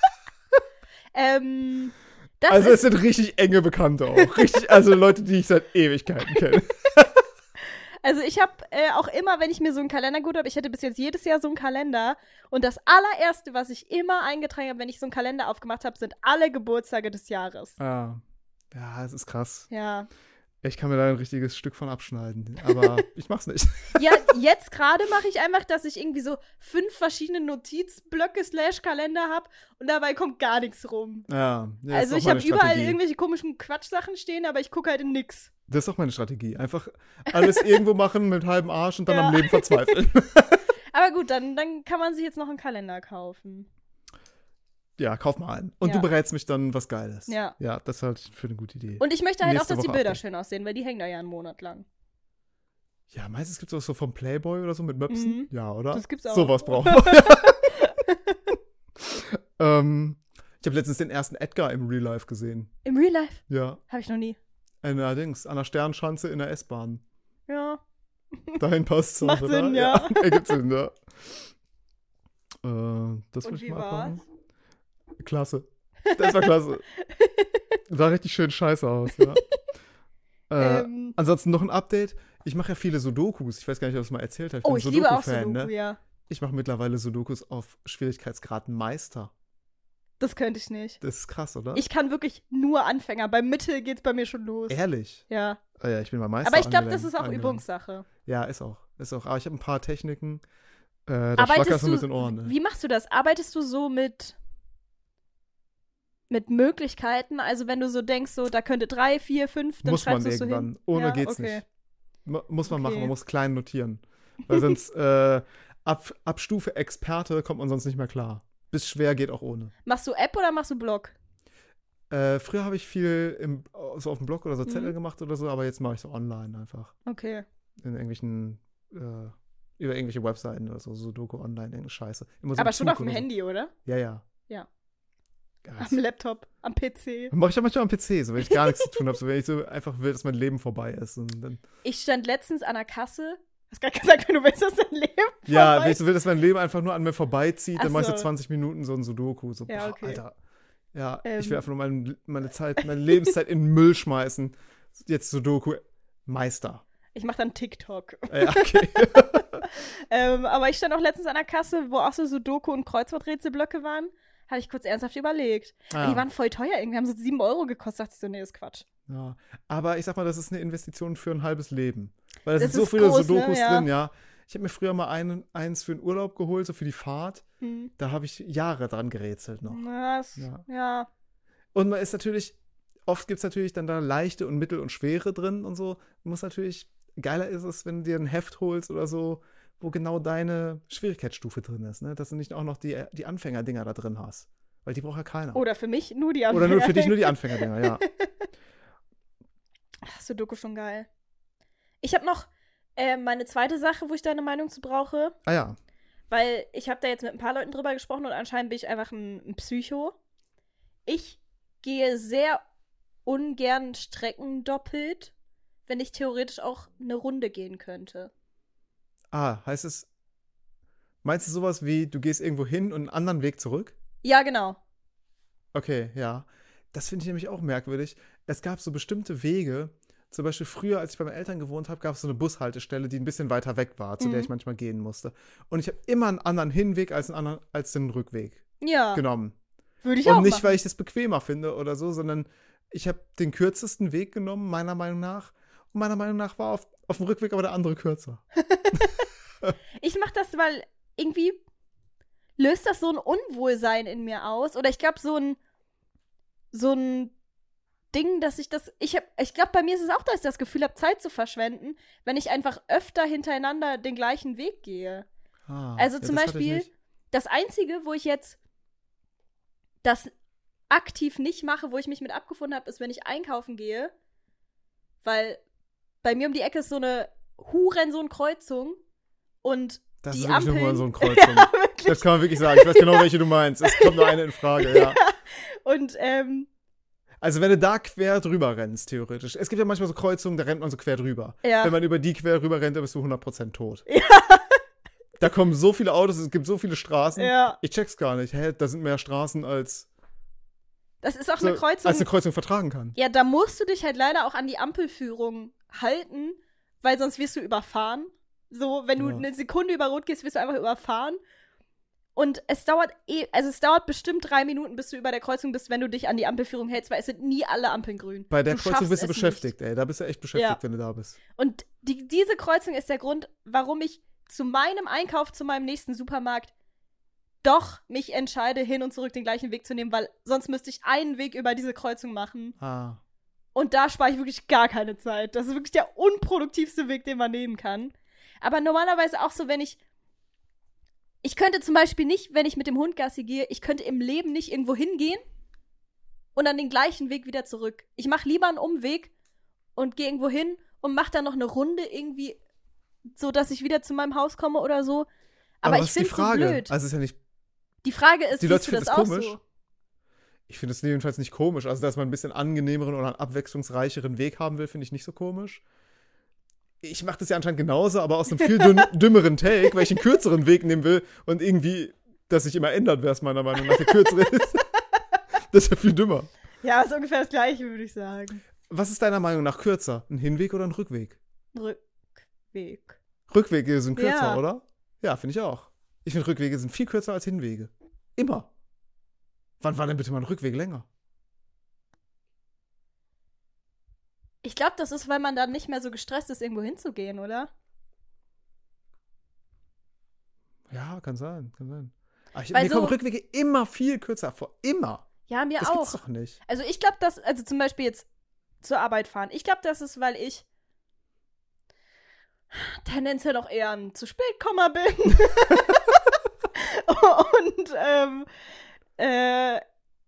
ähm, das Also ist es sind richtig enge Bekannte auch. Richtig, also Leute, die ich seit Ewigkeiten kenne. Also ich habe äh, auch immer, wenn ich mir so einen Kalender gut habe, ich hätte bis jetzt jedes Jahr so einen Kalender. Und das allererste, was ich immer eingetragen habe, wenn ich so einen Kalender aufgemacht habe, sind alle Geburtstage des Jahres. Ah. Ja, es ist krass. Ja. Ich kann mir da ein richtiges Stück von abschneiden. Aber ich mach's nicht. Ja, jetzt gerade mache ich einfach, dass ich irgendwie so fünf verschiedene Notizblöcke slash Kalender habe und dabei kommt gar nichts rum. Ja, ja, Also ist ich auch habe meine überall Strategie. irgendwelche komischen Quatschsachen stehen, aber ich gucke halt in nix. Das ist auch meine Strategie. Einfach alles irgendwo machen mit halbem Arsch und dann Ja. am Leben verzweifeln. Aber gut, dann, dann kann man sich jetzt noch einen Kalender kaufen. Ja, kauf mal einen. Und Ja. du berätst mich dann was Geiles. Ja. Ja, das halte ich für eine gute Idee. Und ich möchte halt Nächste auch, dass die Woche Bilder Update. schön aussehen, weil die hängen da ja einen Monat lang. Ja, meistens gibt es auch so vom Playboy oder so mit Möpsen. Mhm. Ja, oder? Das gibt's auch. Sowas brauchen wir. ähm, ich habe letztens den ersten Edgar im Real Life gesehen. Im Real Life? Ja. Habe ich noch nie. Allerdings, an der Sternschanze in der S-Bahn. Ja. Dahin passt es Macht auch, Sinn, oder? ja. Ergibt Sinn, ja. Äh, das Und will ich wie mal war's? abmachen. Klasse. Das war klasse. Sah richtig schön scheiße aus, ja. äh, Ähm. Ansonsten noch ein Update. Ich mache ja viele Sudokus. Ich weiß gar nicht, ob ich das mal erzählt habe. Ich Oh, bin ich liebe auch Sudoku-Fan, Sudoku, ne? ja. Ich mache mittlerweile Sudokus auf Schwierigkeitsgrad Meister. Das könnte ich nicht. Das ist krass, oder? Ich kann wirklich nur Anfänger. Beim Mittel geht's bei mir schon los. Ehrlich? Ja. Oh ja, ich bin mal Meister. Aber ich glaube, das angelangt- ist auch angelangt. Übungssache. Ja, ist auch. Ist auch. Aber ich habe ein paar Techniken. Äh, da Arbeitest schlackerst du du, mit den Ohren. Ne? wie machst du das? Arbeitest du so mit, mit Möglichkeiten? Also wenn du so denkst, so da könnte drei, vier, fünf, dann Muss man schreibst du es so irgendwann. hin? Ohne ja, geht's okay. nicht. Mu- Muss man Okay. machen. Man muss klein notieren. Weil sonst äh, ab, ab Stufe Experte kommt man sonst nicht mehr klar. Bis schwer geht auch ohne. Machst du App oder machst du Blog? Äh, früher habe ich viel im, so auf dem Blog oder so Mhm. Zettel gemacht oder so, aber jetzt mache ich so online einfach. Okay. In irgendwelchen, äh, über irgendwelche Webseiten oder so, Sudoku online, irgendeine Scheiße. Immer so Aber im schon Zug auf dem oder so. Handy, oder? Ja, ja. Ja. Geil. Am Laptop, am P C. Mache ich auch manchmal am P C, so wenn ich gar nichts zu tun habe, so wenn ich so einfach will, dass mein Leben vorbei ist. Und dann, Ich stand letztens an der Kasse. Hast gerade gesagt, wenn du willst, dass dein Leben ja, vorbei wenn ich so will, dass mein Leben einfach nur an mir vorbeizieht, dann Ach mache ich so so. zwanzig Minuten so ein Sudoku. So, Ja, boah, okay. Alter. Ja, Ähm. ich will einfach nur mein, meine Zeit, meine Lebenszeit in den Müll schmeißen. Jetzt Sudoku Meister. Ich mach dann TikTok. Ja, okay. ähm, aber ich stand auch letztens an der Kasse, wo auch so Sudoku- und Kreuzworträtselblöcke waren. Hatte ich kurz ernsthaft überlegt. Ah. Die waren voll teuer. Irgendwie haben so sieben Euro gekostet. Dachte ich so, nee, ist Quatsch. Ja, aber ich sag mal, das ist eine Investition für ein halbes Leben. Weil da Das sind so ist viele groß, Sudokus ne? Ja. drin, ja. Ich habe mir früher mal einen, eins für den Urlaub geholt, so für die Fahrt. Hm. Da habe ich Jahre dran gerätselt noch. Na, das, Ja. ja. Und man ist natürlich, oft gibt es natürlich dann da leichte und mittel und schwere drin und so. Man muss natürlich, geiler ist es, wenn du dir ein Heft holst oder so, wo genau deine Schwierigkeitsstufe drin ist, ne? Dass du nicht auch noch die, die Anfängerdinger da drin hast. Weil die braucht ja keiner. Oder für mich nur die Anfänger. Oder nur für dich nur die Anfängerdinger, ja. Ach, Sudoku schon geil. Ich habe noch äh, meine zweite Sache, wo ich deine Meinung zu brauche. Ah ja. Weil ich habe da jetzt mit ein paar Leuten drüber gesprochen und anscheinend bin ich einfach ein, ein Psycho. Ich gehe sehr ungern Strecken doppelt, wenn ich theoretisch auch eine Runde gehen könnte. Ah, heißt es, meinst du sowas wie, du gehst irgendwo hin und einen anderen Weg zurück? Ja, genau. Okay, ja. Das finde ich nämlich auch merkwürdig. Es gab so bestimmte Wege. Zum Beispiel früher, als ich bei meinen Eltern gewohnt habe, gab es so eine Bushaltestelle, die ein bisschen weiter weg war, zu Mhm. der ich manchmal gehen musste. Und ich habe immer einen anderen Hinweg als einen anderen, als den Rückweg Ja, genommen. würde ich auch Und nicht, machen. weil ich das bequemer finde oder so, sondern ich habe den kürzesten Weg genommen, meiner Meinung nach. Und meiner Meinung nach war auf, auf dem Rückweg aber der andere kürzer. Ich mache das, weil irgendwie löst das so ein Unwohlsein in mir aus. Oder ich glaube, so ein so ein Ding, dass ich das. Ich, hab- ich glaube, bei mir ist es auch, dass ich das Gefühl habe, Zeit zu verschwenden, wenn ich einfach öfter hintereinander den gleichen Weg gehe. Ah, Also ja, zum das hatte ich Beispiel, nicht. das Einzige, wo ich jetzt das aktiv nicht mache, wo ich mich mit abgefunden habe, ist, wenn ich einkaufen gehe. Weil bei mir um die Ecke ist so eine Huren, so eine Kreuzung. Und Das die ist wirklich nur Ampeln. so ein Kreuzung. Ja, wirklich. Das kann man wirklich sagen. Ich weiß genau, welche du meinst. Es kommt nur eine in Frage, ja. Und ähm, Also wenn du da quer drüber rennst, theoretisch. Es gibt ja manchmal so Kreuzungen, da rennt man so quer drüber. Ja. Wenn man über die quer rüber rennt, dann bist du hundert Prozent tot. Ja. Da kommen so viele Autos, es gibt so viele Straßen. Ja. Ich check's gar nicht. Hä, da sind mehr Straßen, als, Das ist auch so, eine Kreuzung. als eine Kreuzung vertragen kann. Ja, da musst du dich halt leider auch an die Ampelführung halten, weil sonst wirst du überfahren. So, wenn du Ja. eine Sekunde über Rot gehst, wirst du einfach überfahren. Und es dauert eh, also es dauert bestimmt drei Minuten, bis du über der Kreuzung bist, wenn du dich an die Ampelführung hältst, weil es sind nie alle Ampeln grün. Bei der Du Kreuzung schaffst bist du es beschäftigt, ey. Da bist du echt beschäftigt, Ja. wenn du da bist. Nicht. Und die, diese Kreuzung ist der Grund, warum ich zu meinem Einkauf, zu meinem nächsten Supermarkt doch mich entscheide, hin und zurück den gleichen Weg zu nehmen, weil sonst müsste ich einen Weg über diese Kreuzung machen. Ah. Und da spare ich wirklich gar keine Zeit. Das ist wirklich der unproduktivste Weg, den man nehmen kann. Aber normalerweise auch so, wenn ich Ich könnte zum Beispiel nicht, wenn ich mit dem Hund Gassi gehe, ich könnte im Leben nicht irgendwo hingehen und dann den gleichen Weg wieder zurück. Ich mache lieber einen Umweg und gehe irgendwo hin und mache dann noch eine Runde irgendwie, so dass ich wieder zu meinem Haus komme oder so. Aber, was ich ist die finde es so Frage? blöd. Also ist ja nicht. Die Frage ist, Die Leute siehst du finden das es auch komisch. so? Ich finde es jedenfalls nicht komisch. Also, dass man ein bisschen angenehmeren oder einen abwechslungsreicheren Weg haben will, finde ich nicht so komisch. Ich mache das ja anscheinend genauso, aber aus einem viel dünn, dümmeren Take, weil ich einen kürzeren Weg nehmen will und irgendwie, das sich immer ändert, wer es meiner Meinung nach der kürzere ist. Das ist ja viel dümmer. Ja, ist ungefähr das Gleiche, würde ich sagen. Was ist deiner Meinung nach kürzer? Ein Hinweg oder ein Rückweg? Rückweg. Rückwege sind kürzer, Ja. oder? Ja, finde ich auch. Ich finde, Rückwege sind viel kürzer als Hinwege. Immer. Wann war denn bitte mein Rückweg länger? Ich glaube, das ist, weil man dann nicht mehr so gestresst ist, irgendwo hinzugehen, oder? Ja, kann sein, kann sein. Aber ich, Weil mir so- kommen Rückwege immer viel kürzer vor. Immer. Ja, mir Das auch. gibt's doch nicht. Also ich glaube, dass, also zum Beispiel jetzt zur Arbeit fahren. Ich glaube, das ist, weil ich tendenziell auch eher ein zu spät Komma bin. Und ähm, äh,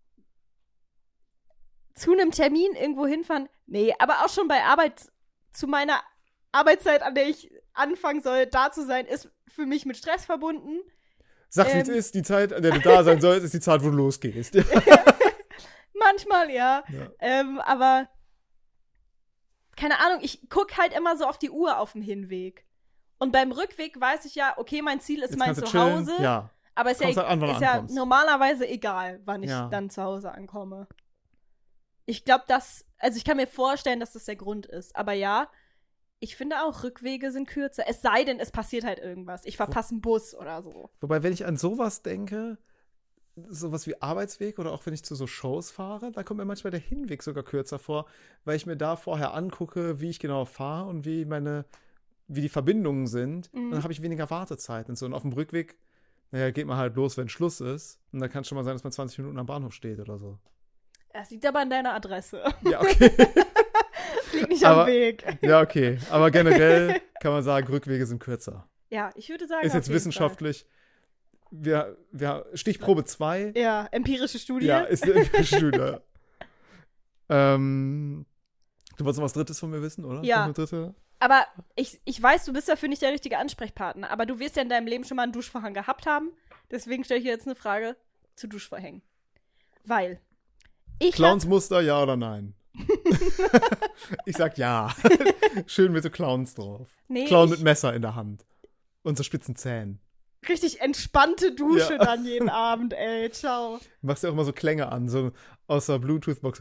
zu einem Termin irgendwo hinfahren. Nee, aber auch schon bei Arbeit, zu meiner Arbeitszeit, an der ich anfangen soll, da zu sein, ist für mich mit Stress verbunden. Sag, wie Ähm. es ist, die Zeit, an der du da sein sollst, ist die Zeit, wo du losgehst. Ja. Manchmal, ja. Ja. Ähm, aber keine Ahnung, ich gucke halt immer so auf die Uhr auf dem Hinweg. Und beim Rückweg weiß ich ja, okay, mein Ziel ist Jetzt mein kannst du chillen. Zuhause. Ja. Aber ist ja, Kommst halt an, wann du ist ja ankommst. normalerweise egal, wann ich Ja. dann zu Hause ankomme. Ich glaube, dass, also ich kann mir vorstellen, dass das der Grund ist. Aber ja, ich finde auch, Rückwege sind kürzer. Es sei denn, es passiert halt irgendwas. Ich verpasse einen Bus oder so. Wobei, wenn ich an sowas denke, sowas wie Arbeitsweg oder auch wenn ich zu so Shows fahre, da kommt mir manchmal der Hinweg sogar kürzer vor, weil ich mir da vorher angucke, wie ich genau fahre und wie meine, wie die Verbindungen sind. Mhm. Dann habe ich weniger Wartezeit und so. Und auf dem Rückweg, naja, geht man halt los, wenn Schluss ist. Und dann kann es schon mal sein, dass man zwanzig Minuten am Bahnhof steht oder so. Das liegt aber an deiner Adresse. Ja, okay. Das liegt nicht Aber- am Weg. Ja, okay. Aber generell kann man sagen, Rückwege sind kürzer. Ja, ich würde sagen, Ist auf jetzt jeden wissenschaftlich. Wir, wir, Stichprobe zwei. Fall. Ja, empirische Studie. Ja, ist eine Studie. ähm, du wolltest noch was Drittes von mir wissen, oder? Ja. Noch eine dritte? Aber ich, ich weiß, du bist dafür nicht der richtige Ansprechpartner. Aber du wirst ja in deinem Leben schon mal einen Duschvorhang gehabt haben. Deswegen stelle ich dir jetzt eine Frage zu Duschvorhängen. Weil ich hab, Clownsmuster, ja oder nein? Ich sag ja. Schön mit so Clowns drauf. nee, Clown ich, mit Messer in der Hand. Und so spitzen Zähnen. richtig entspannte Dusche Ja. dann jeden Abend, ey. Ciao. Machst ja auch immer so Klänge an, so aus der Bluetooth-Box.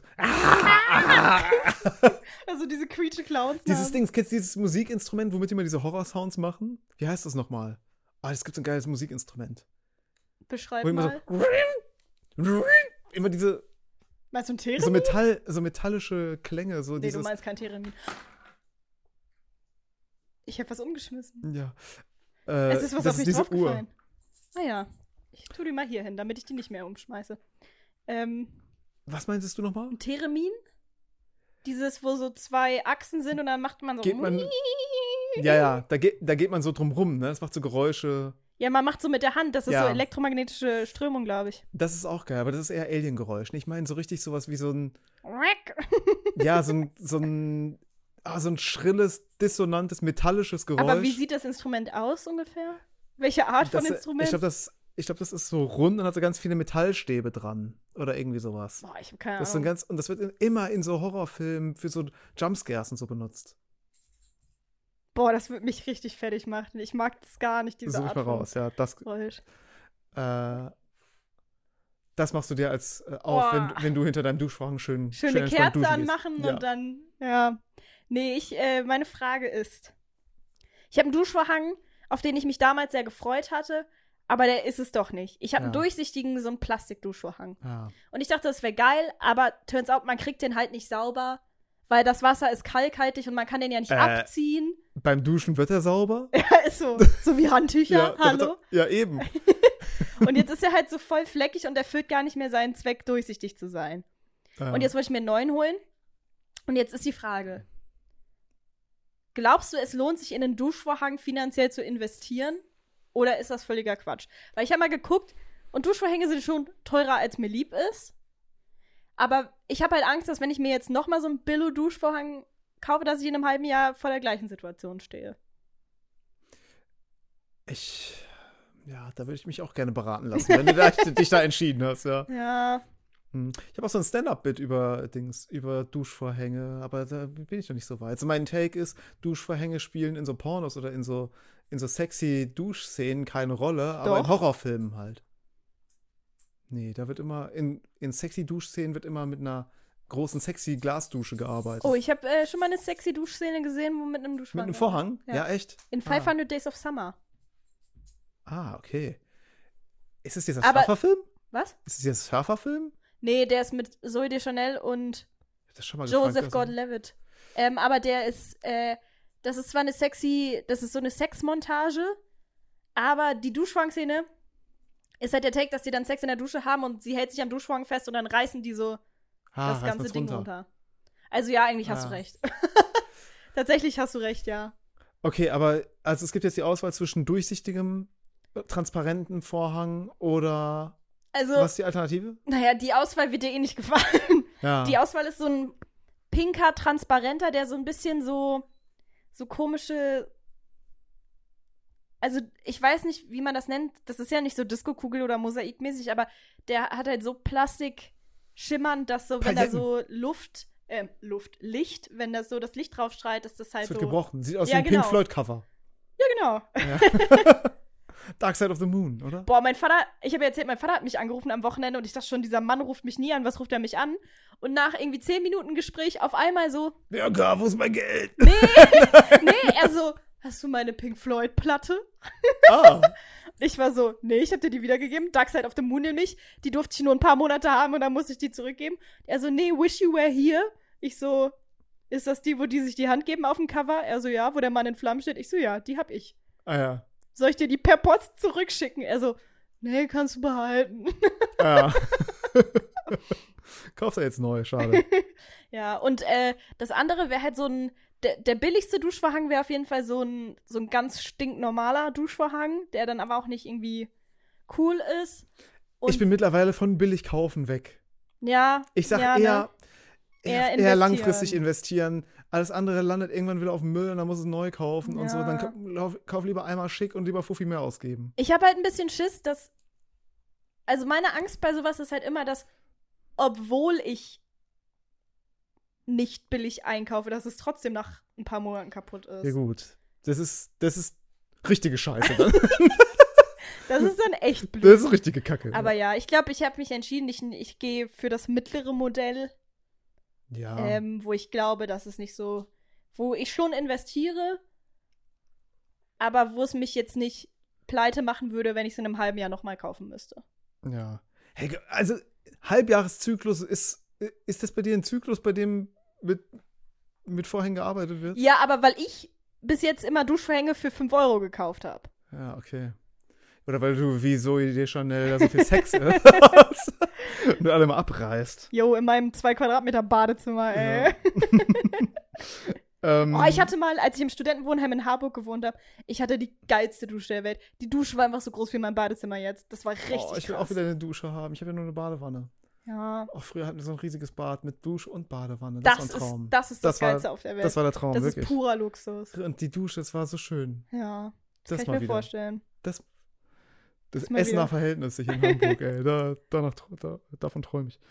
Also diese quietsche Clowns. Dieses Ding, kennst du dieses Musikinstrument, womit die immer diese Horror-Sounds machen? Wie heißt das nochmal? Ah, es gibt so ein geiles Musikinstrument. Beschreib Wo immer mal. so immer diese Meinst du ein Theremin? so, Metall, so metallische Klänge, so Nee, dieses. du meinst kein Theremin. Ich hab was umgeschmissen. Ja. Äh, Es ist was das auf mich diese draufgefallen. Ah ja. Ich tu die mal hier hin, damit ich die nicht mehr umschmeiße. Ähm, Was meintest du nochmal? ein Theremin? Dieses, wo so zwei Achsen sind und dann macht man so. Geht man- Ja, ja, da geht, da geht man so drum rum, ne? Das macht so Geräusche. Ja, man macht so mit der Hand. Das ist Ja. so elektromagnetische Strömung, glaube ich. Das ist auch geil, aber das ist eher Alien-Geräusch. ne? Ich meine so richtig sowas wie so ein, ja, so ein, so ein, ah, so ein schrilles, dissonantes, metallisches Geräusch. Aber wie sieht das Instrument aus ungefähr? Welche Art von das, Instrument? Ich glaube, das, ich glaub, das ist so rund und hat so ganz viele Metallstäbe dran. Oder irgendwie sowas. Boah, ich hab keine Das ist so ein Ahnung. ganz, und das wird in, immer in so Horrorfilmen für so Jumpscares und so benutzt. Boah, das wird mich richtig fertig machen. Ich mag das gar nicht, diese Such ich Art mal von raus, ja. Das, Geräusch. äh, das machst du dir als äh, auf, Boah. wenn, wenn du hinter deinem Duschvorhang schön schön Schöne entspannt Kerze duschen gehst. anmachen Ja. und dann, ja. Nee, ich, äh, meine Frage ist, ich habe einen Duschvorhang, auf den ich mich damals sehr gefreut hatte, aber der ist es doch nicht. Ich habe einen Ja. durchsichtigen, so einen Plastikduschvorhang. Ja. Und ich dachte, das wäre geil, aber turns out, man kriegt den halt nicht sauber, weil das Wasser ist kalkhaltig und man kann den ja nicht Äh. abziehen. Beim Duschen wird er sauber. Ja, ist so, so wie Handtücher, da wird hallo. er- Ja, eben. Und jetzt ist er halt so voll fleckig und erfüllt gar nicht mehr seinen Zweck, durchsichtig zu sein. Ja. Und jetzt wollte ich mir einen neuen holen. Und jetzt ist die Frage: Glaubst du, es lohnt sich in einen Duschvorhang finanziell zu investieren? Oder ist das völliger Quatsch? Weil ich habe mal geguckt und Duschvorhänge sind schon teurer, als mir lieb ist. Aber ich habe halt Angst, dass wenn ich mir jetzt noch mal so einen Billo-Duschvorhang kaufe, dass ich in einem halben Jahr vor der gleichen Situation stehe. Ich, ja, da würde ich mich auch gerne beraten lassen, wenn du da, dich da entschieden hast, ja. Ja. Hm. Ich habe auch so ein Stand-Up-Bit über Dings, über Duschvorhänge, aber da bin ich noch nicht so weit. Also mein Take ist, Duschvorhänge spielen in so Pornos oder in so, in so sexy Duschszenen keine Rolle, aber in Doch. Horrorfilmen halt. Nee, da wird immer, in, in sexy Duschszenen wird immer mit einer großen sexy Glasdusche gearbeitet. Oh, ich habe äh, schon mal eine sexy Duschszene gesehen, wo mit einem mit Duschvorhang. einem Vorhang? Ja. Ja, echt? In Ah. fünfhundert Days of Summer. Ah, okay. Ist es dieser Aber- Staffer-Film? Was? Ist es jetzt ein Surferfilm? Nee, der ist mit Zooey Deschanel und Das ist schon mal Joseph gefragt, Gordon-Levitt. Ähm, aber der ist, äh, das ist zwar eine sexy, das ist so eine Sexmontage, aber die Duschvorhang-Szene ist halt der Take, dass die dann Sex in der Dusche haben und sie hält sich am Duschvorhang fest und dann reißen die so ah, das ganze man's Ding runter. Also ja, eigentlich hast Ah. du recht. Tatsächlich hast du recht, ja. Okay, aber also es gibt jetzt die Auswahl zwischen durchsichtigem, äh, transparentem Vorhang oder Also, was ist die Alternative? naja, die Auswahl wird dir eh nicht gefallen. Ja. Die Auswahl ist so ein pinker, transparenter, der so ein bisschen so, so komische. Also, ich weiß nicht, wie man das nennt. Das ist ja nicht so Disco-Kugel oder mosaikmäßig, aber der hat halt so Plastik schimmernd, dass so, wenn da Pailletten. so Luft, äh, Luft, Licht, wenn das so das Licht drauf schreit, ist das halt Es wird so. gebrochen. Sieht aus Ja, wie ein genau. Pink Floyd-Cover. Ja, genau. Ja. Dark Side of the Moon, oder? Boah, mein Vater, ich habe ja erzählt, mein Vater hat mich angerufen am Wochenende und ich dachte schon, dieser Mann ruft mich nie an, was ruft er mich an? Und nach irgendwie zehn Minuten Gespräch auf einmal so, Ja, gar, wo ist mein Geld? nee, nee, er so, hast du meine Pink Floyd-Platte? Ah, Ich war so, nee, ich hab dir die wiedergegeben, Dark Side of the Moon nämlich, die durfte ich nur ein paar Monate haben und dann musste ich die zurückgeben. Er so, nee, Wish You Were Here. Ich so, ist das die, wo die sich die Hand geben auf dem Cover? Er so, ja, wo der Mann in Flammen steht. Ich so, ja, die hab ich. ah ja. Soll ich dir die per Post zurückschicken? Er so, nee, kannst du behalten. Ah. Kaufst du jetzt neu, schade. Ja, und äh, das andere wäre halt so ein, der, der billigste Duschvorhang wäre auf jeden Fall so ein, so ein ganz stinknormaler Duschvorhang, der dann aber auch nicht irgendwie cool ist. Und Ich bin mittlerweile von billig kaufen weg. ja, Ich sag ja, eher, ne? eher, Eher eher investieren. langfristig investieren. Alles andere landet irgendwann wieder auf dem Müll und dann muss es neu kaufen und so. Ja. Dann ka- lauf, kauf lieber einmal schick und lieber Fuffi mehr ausgeben. Ich habe halt ein bisschen Schiss, dass. Also meine Angst bei sowas ist halt immer, dass, obwohl ich nicht billig einkaufe, dass es trotzdem nach ein paar Monaten kaputt ist. Ja gut. Das ist, das ist richtige Scheiße dann. Das ist dann echt blöd. Das ist richtige Kacke. Aber ja, ich glaube, ich habe mich entschieden, ich, ich gehe für das mittlere Modell, ja. ähm, wo ich glaube, dass es nicht so, wo ich schon investiere, aber wo es mich jetzt nicht pleite machen würde, wenn ich es in einem halben Jahr nochmal kaufen müsste. Ja. Hey, also Halbjahreszyklus ist, ist das bei dir ein Zyklus, bei dem mit, mit Vorhängen gearbeitet wird? Ja, aber weil ich bis jetzt immer Duschvorhänge für fünf Euro gekauft habe. Ja, okay. Oder weil du wie Zooey Deschanel da so viel Sex hast und alle mal abreißt. Jo, in meinem zwei Quadratmeter Badezimmer, ey. Ja. ähm, Oh, ich hatte mal, als ich im Studentenwohnheim in Harburg gewohnt habe, ich hatte die geilste Dusche der Welt. Die Dusche war einfach so groß wie mein Badezimmer jetzt. Das war richtig oh, ich will krass. auch wieder eine Dusche haben. Ich habe ja nur eine Badewanne. Ja. Auch früher hatten wir so ein riesiges Bad mit Dusche und Badewanne. Das, Das, war ein Traum. ist, das ist das, Das war- Geilste auf der Welt. Das war der Traum, Das wirklich. ist purer Luxus. Und die Dusche, es war so schön. Ja, das, Das kann ich mal mir wieder. vorstellen. Das, das Das mal Essen wieder. nach Verhältnis hier in Hamburg, ey. Da, danach, da, davon träume ich.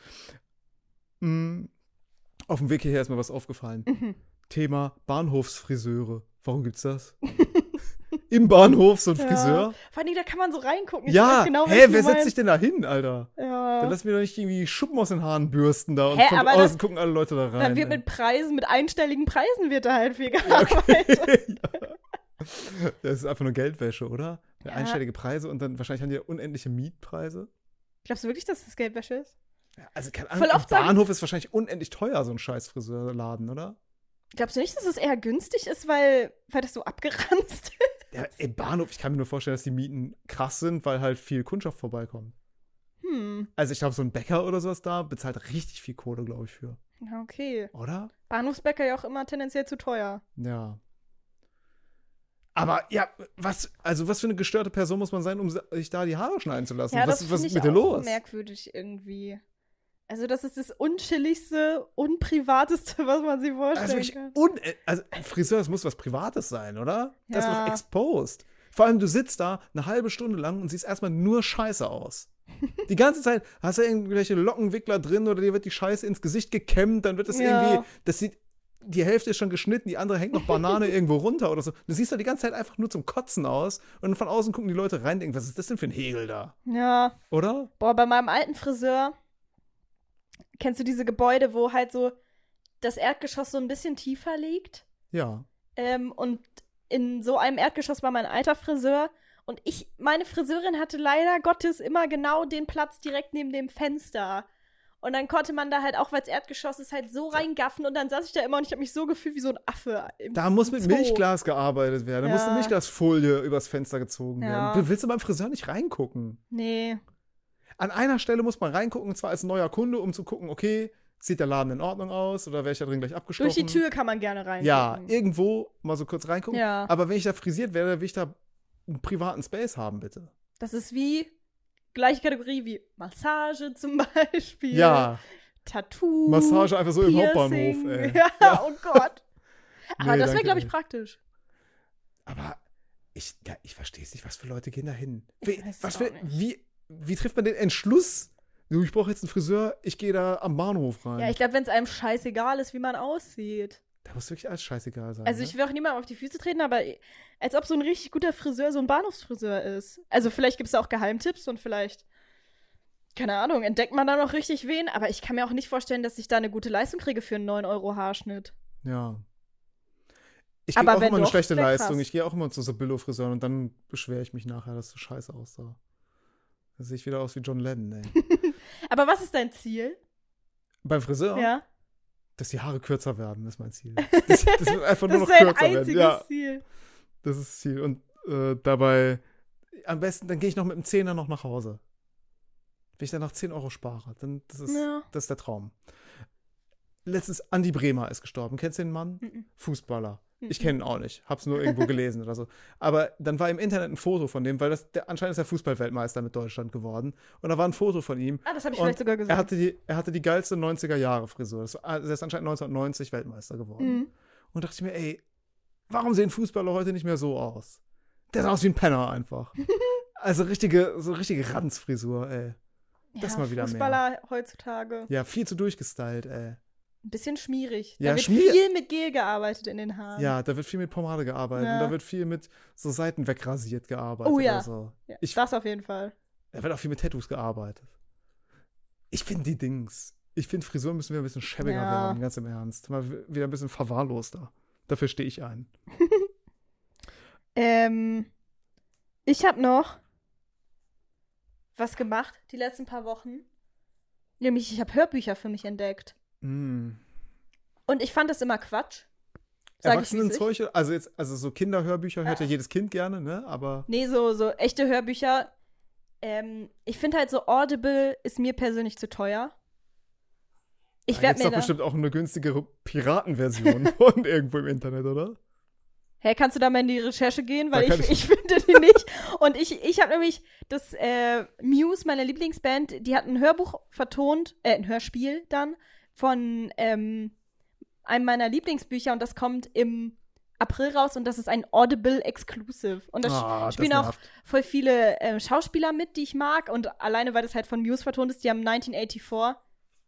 Mm, auf dem Weg hierher ist mir was aufgefallen. Mhm. Thema Bahnhofsfriseure. Warum gibt's das? Im Bahnhof so ein Ja. Friseur? Vor allem, da kann man so reingucken. Ich Ja, weiß genau, hä, welchen wer du setzt meinst. sich denn da hin, Alter? Ja. Dann lass mir doch nicht irgendwie Schuppen aus den Haaren bürsten da und Hä, von aber außen das- gucken alle Leute da rein. Da wird ey. mit Preisen, mit einstelligen Preisen wird da halt viel Ja, gearbeitet. okay. ja. Das ist einfach nur Geldwäsche, oder? Ja. Einstellige Preise und dann wahrscheinlich haben die ja unendliche Mietpreise. Glaubst du wirklich, dass das Geldwäsche ist? Ja, also keine Voll Ahnung, im oft sagen- Bahnhof ist wahrscheinlich unendlich teuer, so ein scheiß Friseurladen, oder? Glaubst du nicht, dass es eher günstig ist, weil, weil das so abgeranzt ist? Ja, im Bahnhof, ich kann mir nur vorstellen, dass die Mieten krass sind, weil halt viel Kundschaft vorbeikommt. Hm, Also ich glaube, so ein Bäcker oder sowas da bezahlt richtig viel Kohle, glaube ich, für. ja, okay. Oder? Bahnhofsbäcker ja auch immer tendenziell zu teuer. Ja. Aber ja, was, also was für eine gestörte Person muss man sein, um sich da die Haare schneiden zu lassen? Ja, was das was finde ist ich mit dir auch los? merkwürdig irgendwie. Also das ist das unchilligste, unprivateste, was man sich vorstellen Also wirklich kann. un also Friseur, das muss was Privates sein, oder? Das ist Ja. doch exposed. Vor allem, du sitzt da eine halbe Stunde lang und siehst erstmal nur scheiße aus. Die ganze Zeit hast du irgendwelche Lockenwickler drin oder dir wird die Scheiße ins Gesicht gekämmt, dann wird das Ja. irgendwie, das sieht, die Hälfte ist schon geschnitten, die andere hängt noch Banane irgendwo runter oder so. Du siehst da die ganze Zeit einfach nur zum Kotzen aus und von außen gucken die Leute rein und denken, was ist das denn für ein Hegel da? Ja. Oder? Boah, bei meinem alten Friseur, kennst du diese Gebäude, wo halt so das Erdgeschoss so ein bisschen tiefer liegt? Ja. Ähm, und in so einem Erdgeschoss war mein alter Friseur Und ich, meine Friseurin hatte leider Gottes immer genau den Platz direkt neben dem Fenster. Und dann konnte man da halt auch, weil es Erdgeschoss ist, halt so reingaffen. Und dann saß ich da immer und ich habe mich so gefühlt wie so ein Affe. Im Da muss mit Zoo. Milchglas gearbeitet werden. Da Ja. muss eine Milchglasfolie übers Fenster gezogen Ja. werden. Du willst du beim Friseur nicht reingucken? Nee. An einer Stelle muss man reingucken, und zwar als neuer Kunde, um zu gucken, okay, sieht der Laden in Ordnung aus oder werde ich da drin gleich abgestochen? Durch die Tür kann man gerne rein. Ja, irgendwo mal so kurz reingucken. Ja. Aber wenn ich da frisiert werde, will ich da einen privaten Space haben, bitte. Das ist wie gleiche Kategorie wie Massage zum Beispiel. Ja. Tattoo. Massage einfach so im Piercing. Hauptbahnhof, ey. Ja, Ja. oh Gott. Aber Nee, das wäre, danke, glaube ich, ey. praktisch. Aber ich, ja, ich verstehe es nicht, was für Leute gehen da hin. Ich Wie, weiß es was auch für, nicht. wie, wie trifft man den Entschluss? Du, ich brauche jetzt einen Friseur, ich gehe da am Bahnhof rein. Ja, ich glaube, wenn es einem scheißegal ist, wie man aussieht. da muss wirklich alles scheißegal sein. Also ne? ich will auch niemandem auf die Füße treten, aber als ob so ein richtig guter Friseur so ein Bahnhofsfriseur ist. Also vielleicht gibt es da auch Geheimtipps und vielleicht, keine Ahnung, entdeckt man da noch richtig wen. Aber ich kann mir auch nicht vorstellen, dass ich da eine gute Leistung kriege für einen neun Euro Haarschnitt. Ja. Ich Aber kriege auch wenn immer eine doch, schlechte wär Leistung. krass. Ich gehe auch immer zu so Billo-Friseuren und dann beschwere ich mich nachher, dass es so scheiße aussah. Da sehe ich wieder aus wie John Lennon, ey. Aber was ist dein Ziel? Beim Friseur? Ja. Dass die Haare kürzer werden, ist mein Ziel. Das, das wird einfach nur Das noch ist dein kürzer werden. einziges Ja, Ziel. das ist das Ziel. Und äh, dabei, am besten, dann gehe ich noch mit dem Zehner noch nach Hause. Wenn ich dann noch zehn Euro spare, dann das ist, Ja. das ist der Traum. Letztens, Andi Bremer ist gestorben. Kennst du den Mann? Mhm. Fußballer. Ich Mhm. kenne ihn auch nicht. Hab's nur irgendwo gelesen oder so. Aber dann war im Internet ein Foto von dem, weil das, der, anscheinend ist er Fußballweltmeister mit Deutschland geworden. Und da war ein Foto von ihm. Ah, das habe ich Und vielleicht sogar gesehen. Er hatte die, er hatte die geilste neunziger-Jahre-Frisur. Das war- Er ist anscheinend neunzehnhundertneunzig Weltmeister geworden. Mhm. Und dachte ich mir, ey, warum sehen Fußballer heute nicht mehr so aus? Der sah aus wie ein Penner einfach. Also richtige, so richtige Ranzfrisur, ey. Das ja, mal wieder mehr. Fußballer heutzutage. Ja, viel zu durchgestylt, ey. Ein bisschen schmierig. Ja, da wird schmier- viel mit Gel gearbeitet in den Haaren. Ja, da wird viel mit Pomade gearbeitet. Ja. Da wird viel mit so Seiten wegrasiert gearbeitet Oh ja. oder so. Ja, Ich- das auf jeden Fall. Da wird auch viel mit Tattoos gearbeitet. Ich finde die Dings. Ich finde, Frisuren müssen wieder ein bisschen schäbiger Ja. werden, ganz im Ernst. Mal w- wieder ein bisschen verwahrloster. Dafür stehe ich ein. Ähm, ich habe noch was gemacht die letzten paar Wochen. Nämlich, ich habe Hörbücher für mich entdeckt. Mm. Und ich fand das immer Quatsch. Sag ich, wie es ist. Erwachsenenzeug, also jetzt, also so Kinderhörbücher hört Ah. ja jedes Kind gerne, ne? Aber Nee, so, so echte Hörbücher. Ähm, ich finde halt so Audible ist mir persönlich zu teuer. Ich da werde gibt's mir doch da. bestimmt auch eine günstigere Piratenversion von irgendwo im Internet, oder? Hä, kannst du da mal in die Recherche gehen? Da Weil kann ich, ich- ich finde die nicht. Und ich, ich habe nämlich das äh, Muse, meine Lieblingsband, die hat ein Hörbuch vertont, äh, ein Hörspiel dann, von ähm, einem meiner Lieblingsbücher und das kommt im April raus und das ist ein Audible Exclusive. Und da Ah, das spielen auch nervt. voll viele äh, Schauspieler mit, die ich mag. Und alleine, weil das halt von Muse vertont ist, die haben neunzehnhundertvierundachtzig,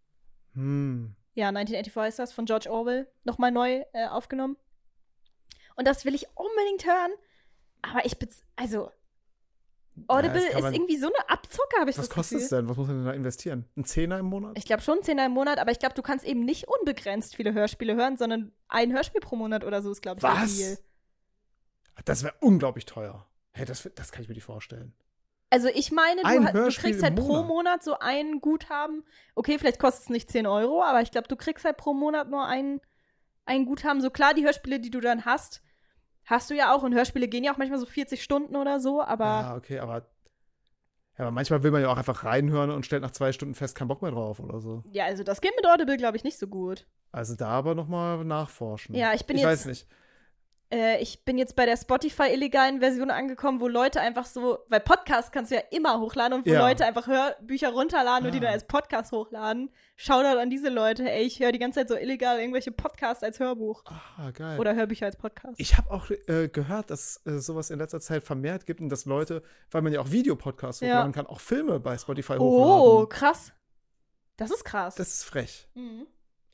Hm. ja, neunzehnhundertvierundachtzig heißt das, von George Orwell, nochmal neu äh, aufgenommen. Und das will ich unbedingt hören. Aber ich bin, also, Audible das kann ist man- irgendwie so eine Abzocke, habe ich Was das kostet Gefühl. es denn? Was muss man denn da investieren? Ein Zehner im Monat? Ich glaube schon zehn im Monat, aber ich glaube, du kannst eben nicht unbegrenzt viele Hörspiele hören, sondern ein Hörspiel pro Monat oder so ist, glaube ich, der Was? Deal. Das wäre unglaublich teuer. Hey, das, das kann ich mir nicht vorstellen. Also ich meine, du, Ein ha- du Hörspiel kriegst im halt pro Monat. Monat so ein Guthaben. Okay, vielleicht kostet es nicht zehn Euro, aber ich glaube, du kriegst halt pro Monat nur ein, ein Guthaben. So klar, die Hörspiele, die du dann hast, hast du ja auch. Und Hörspiele gehen ja auch manchmal so vierzig Stunden oder so, aber Ja, okay, aber, ja, aber manchmal will man ja auch einfach reinhören und stellt nach zwei Stunden fest, keinen Bock mehr drauf oder so. ja, also das geht mit Audible, glaube ich, nicht so gut. Also da aber noch mal nachforschen. Ja, ich bin ich jetzt- weiß nicht. Äh, ich bin jetzt bei der Spotify-illegalen Version angekommen, wo Leute einfach so, weil Podcasts kannst du ja immer hochladen und wo Ja. Leute einfach Hörbücher runterladen und die Ah. dann als Podcast hochladen. Shoutout an diese Leute, ey, ich höre die ganze Zeit so illegal irgendwelche Podcasts als Hörbuch. Ah, geil. Oder Hörbücher als Podcast. Ich habe auch äh, gehört, dass äh, sowas in letzter Zeit vermehrt gibt und dass Leute, weil man ja auch Videopodcasts Ja. hochladen kann, auch Filme bei Spotify Oh, hochladen. krass. Das ist krass. Das ist frech. mhm.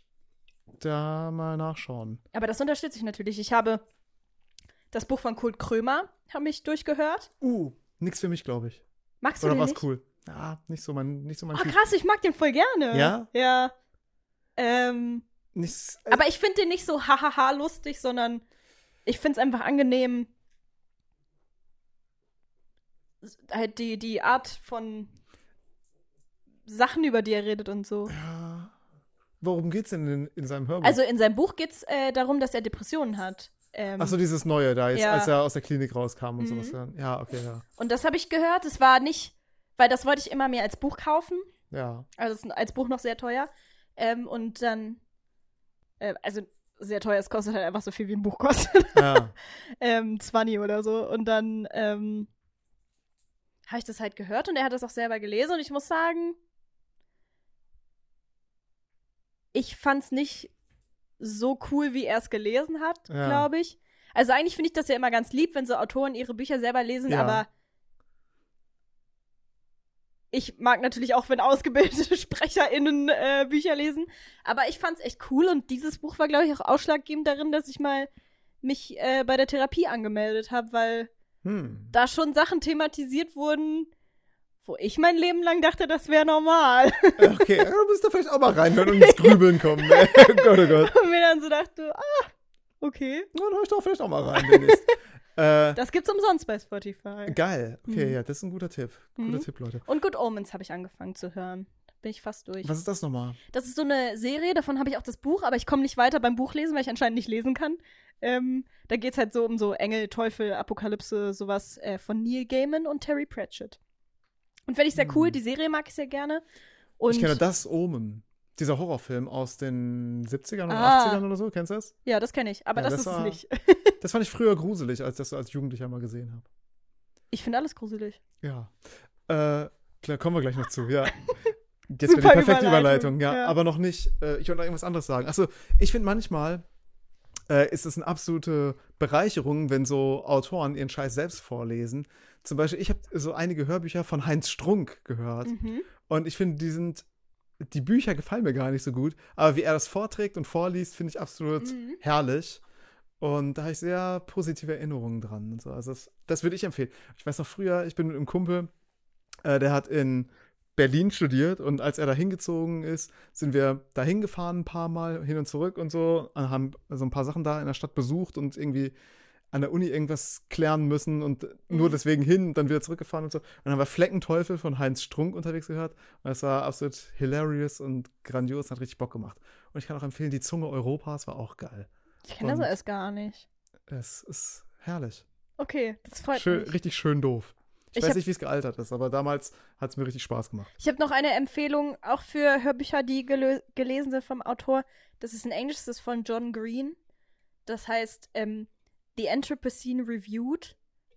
Da mal nachschauen. Aber das unterstütze ich natürlich. Ich habe das Buch von Kurt Krömer, habe ich durchgehört. Uh, nix für mich, glaube ich. Magst du Oder den war's nicht? cool? Ja, nicht so mein, nicht so mein Oh, Typ. krass, ich mag den voll gerne. Ja? Ja. Ähm, Nicht, äh, aber ich finde den nicht so hahaha lustig, sondern ich finde es einfach angenehm, halt die, die Art von Sachen, über die er redet und so. Ja. Worum geht's denn in, in seinem Hörbuch? Also in seinem Buch geht's äh, darum, dass er Depressionen hat. Ähm, Ach so, dieses Neue da, jetzt, ja. als er aus der Klinik rauskam und Mhm. sowas. Ja, okay, ja. Und das habe ich gehört. Es war nicht, weil das wollte ich immer mir als Buch kaufen. Ja. Also es ist als Buch noch sehr teuer. Ähm, und dann, äh, also sehr teuer, es kostet halt einfach so viel, wie ein Buch kostet. Ja. ähm, zwanzig oder so. Und dann ähm, habe ich das halt gehört und er hat das auch selber gelesen. Und ich muss sagen, ich fand's nicht so cool, wie er es gelesen hat, Ja. glaube ich. Also eigentlich finde ich das ja immer ganz lieb, wenn so Autoren ihre Bücher selber lesen, Ja. aber ich mag natürlich auch, wenn ausgebildete SprecherInnen äh, Bücher lesen. Aber ich fand's echt cool und dieses Buch war, glaube ich, auch ausschlaggebend darin, dass ich mal mich äh, bei der Therapie angemeldet habe, weil Hm. da schon Sachen thematisiert wurden, wo ich mein Leben lang dachte, das wäre normal. Okay, ja, du musst da vielleicht auch mal reinhören und ins Grübeln kommen. Ne? Oh Gott, oh Gott. Und mir dann so dachte, ah, okay. Na, dann hör ich doch vielleicht auch mal rein demnächst. äh, Das gibt's umsonst bei Spotify. geil. Okay, Mhm. ja, das ist ein guter Tipp. Guter Mhm. Tipp, Leute. Und Good Omens habe ich angefangen zu hören. Da bin ich fast durch. Was ist das nochmal? Das ist so eine Serie, davon habe ich auch das Buch, aber ich komme nicht weiter beim Buchlesen, weil ich anscheinend nicht lesen kann. Ähm, da geht's halt so um so Engel, Teufel, Apokalypse, sowas äh, von Neil Gaiman und Terry Pratchett. Und finde ich sehr cool, Hm. die Serie mag ich sehr gerne. Und Ich kenne Das Omen. Dieser Horrorfilm aus den siebzigern oder Ah. achtzigern oder so. Kennst du das? ja, das kenne ich, aber Ja, das, das ist war- es nicht. Das fand ich früher gruselig, als ich das so als Jugendlicher mal gesehen habe. Ich finde alles gruselig. Ja. Äh, klar, kommen wir gleich noch zu, ja. Jetzt Super wäre die perfekte Überleitung, Überleitung, ja, ja. aber noch nicht. Äh, ich wollte noch irgendwas anderes sagen. Achso, ich finde manchmal äh, ist es eine absolute Bereicherung, wenn so Autoren ihren Scheiß selbst vorlesen. Zum Beispiel, ich habe so einige Hörbücher von Heinz Strunk gehört. Mhm. Und ich finde, die sind, die Bücher gefallen mir gar nicht so gut. Aber wie er das vorträgt und vorliest, finde ich absolut Mhm. herrlich. Und da habe ich sehr positive Erinnerungen dran. Und so. Also das, das würde ich empfehlen. Ich weiß noch früher, ich bin mit einem Kumpel, äh, der hat in Berlin studiert. Und als er da hingezogen ist, sind wir da hingefahren ein paar Mal, hin und zurück und so. Und haben so ein paar Sachen da in der Stadt besucht und irgendwie an der Uni irgendwas klären müssen und nur Mhm. deswegen hin und dann wieder zurückgefahren und so. Und dann haben wir Fleckenteufel von Heinz Strunk unterwegs gehört. Und das war absolut hilarious und grandios, hat richtig Bock gemacht. Und ich kann auch empfehlen, Die Zunge Europas war auch geil. Ich kenne das Und- erst gar nicht. Es ist herrlich. Okay, das freut Schön, mich. richtig schön doof. Ich, Ich weiß hab- nicht, wie es gealtert ist, aber damals hat es mir richtig Spaß gemacht. Ich habe noch eine Empfehlung, auch für Hörbücher, die gelö- gelesen sind vom Autor. Das ist in Englisch, das ist von John Green. Das heißt ähm, The Anthropocene Reviewed.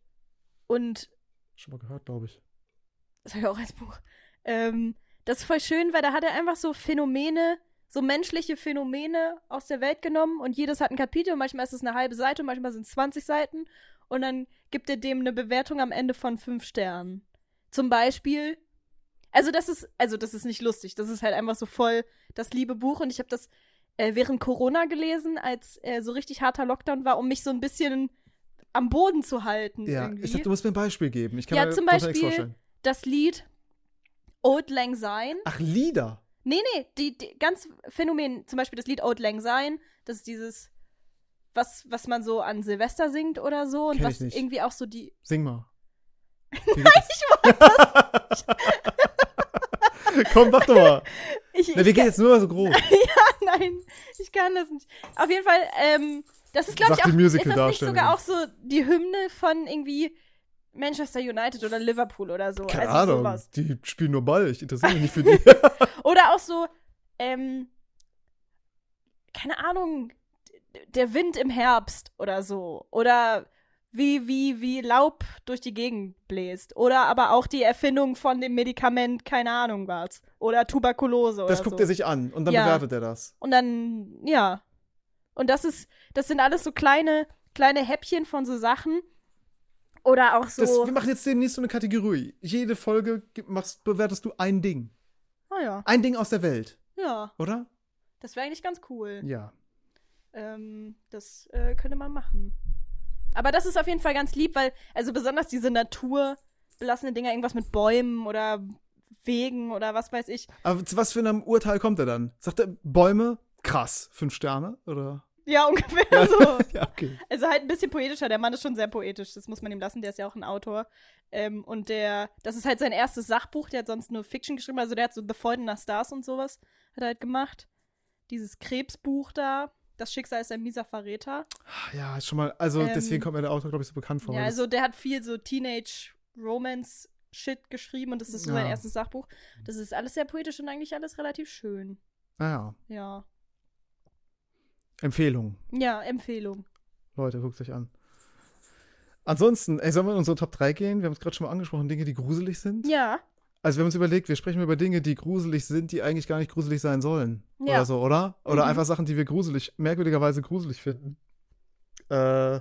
Und Schon mal gehört, glaube ich. das habe ich auch als Buch. Ähm, das ist voll schön, weil da hat er einfach so Phänomene, so menschliche Phänomene aus der Welt genommen und jedes hat ein Kapitel und manchmal ist es eine halbe Seite und manchmal sind es zwanzig Seiten und dann gibt er dem eine Bewertung am Ende von fünf Sternen. Zum Beispiel, also das ist, also das ist nicht lustig, das ist halt einfach so voll das liebe Buch und ich habe das äh, während Corona gelesen, als äh, so richtig harter Lockdown war, um mich so ein bisschen am Boden zu halten Ja, irgendwie. ich dachte, du musst mir ein Beispiel geben. Ich kann Ja, mir zum darunter nichts Beispiel- vorstellen. Das Lied Old Lang Syne. Ach, Lieder. Nee, nee, die, die ganz Phänomen, zum Beispiel das Lied Old Lang Syne, das ist dieses, was, was man so an Silvester singt oder so und Kenn ich was nicht. irgendwie auch so die. Sing mal. Wie geht das? Komm, mach doch mal. Ich, Na, ich wir gehen jetzt nur so grob. Nein, ich kann das nicht. Auf jeden Fall, ähm, das ist, glaube ich, Sagt auch, die ist das nicht Musical-Darstellerin. sogar auch so die Hymne von irgendwie Manchester United oder Liverpool oder so. Keine also Ahnung. sowas. Die spielen nur Ball. Ich interessiere mich nicht für die. Oder auch so, ähm, keine Ahnung, d- der Wind im Herbst oder so. Oder wie, wie, wie Laub durch die Gegend bläst. Oder aber auch die Erfindung von dem Medikament, keine Ahnung was. Oder Tuberkulose oder Das so. guckt er sich an und dann Ja. bewertet er das. Und dann, ja. Und das ist, das sind alles so kleine, kleine Häppchen von so Sachen. Oder auch so. Das, wir machen jetzt demnächst so eine Kategorie. Jede Folge gib- machst, bewertest du ein Ding. Ah ja. Ein Ding aus der Welt, Ja. oder? Das wäre eigentlich ganz cool. Ja. Ähm, das äh, könnte man machen. Aber das ist auf jeden Fall ganz lieb, weil, also besonders diese naturbelassenen Dinger, irgendwas mit Bäumen oder Wegen oder was weiß ich. Aber zu was für einem Urteil kommt er dann? Sagt er, Bäume, krass, fünf Sterne? Oder? Ja, ungefähr Ja, so. ja, okay. Also halt ein bisschen poetischer. Der Mann ist schon sehr poetisch, das muss man ihm lassen. Der ist ja auch ein Autor. Ähm, und der, das ist halt sein erstes Sachbuch. Der hat sonst nur Fiction geschrieben. Also der hat so The Fault in Our Stars und sowas hat er halt gemacht. Dieses Krebsbuch da. Das Schicksal ist ein mieser Verräter. Ja, ist schon mal, also Ähm, deswegen kommt mir der Autor, glaube ich, so bekannt vor. Ja, weil also der hat viel so Teenage-Romance-Shit geschrieben und das ist so sein Ja. erstes Sachbuch. Das ist alles sehr poetisch und eigentlich alles relativ schön. das, naja, Ja. Empfehlung. Ja, Empfehlung. Leute, guckt euch an. Ansonsten, ey, sollen wir in unsere Top drei gehen? Wir haben es gerade schon mal angesprochen, Dinge, die gruselig sind. Ja. Also wir haben uns überlegt, wir sprechen über Dinge, die gruselig sind, die eigentlich gar nicht gruselig sein sollen. Ja. Oder so, oder? Oder Mhm. einfach Sachen, die wir gruselig, merkwürdigerweise gruselig finden. Äh,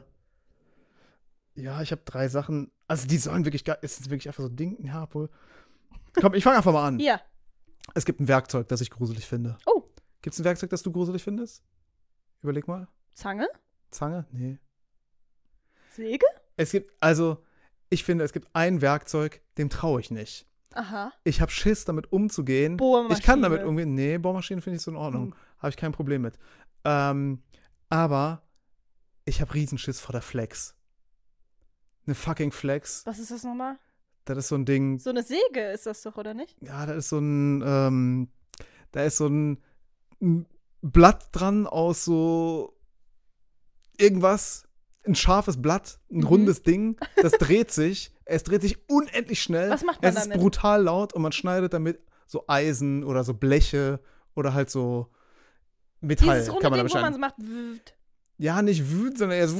ja, ich habe drei Sachen, also die sollen wirklich, gar, es ist wirklich einfach so Dinge, ja, wohl. Komm, ich fange einfach mal an. Ja. Es gibt ein Werkzeug, das ich gruselig finde. Oh. Gibt es ein Werkzeug, das du gruselig findest? Überleg mal. Zange? Zange? Nee. Säge? Es gibt, also, ich finde, es gibt ein Werkzeug, dem traue ich nicht. Aha. Ich habe Schiss, damit umzugehen. Bohrmaschine. Ich kann damit umgehen. Nee, Bohrmaschinen finde ich so in Ordnung. Hm. Habe ich kein Problem mit. Ähm, aber ich habe Riesenschiss vor der Flex. Eine fucking Flex. Was ist das nochmal? Das ist so ein Ding. So eine Säge ist das doch, oder nicht? Ja, da ist so ein, ähm, da ist so ein, ein Blatt dran aus so irgendwas, ein scharfes Blatt, ein Mhm. rundes Ding, das dreht sich, es dreht sich unendlich schnell. Was macht man Es ist damit? brutal laut und man schneidet damit so Eisen oder so Bleche oder halt so Metall, Dieses runde kann man Ding, damit wo man schneiden. so macht. wüt. Ja, nicht wütend, sondern eher so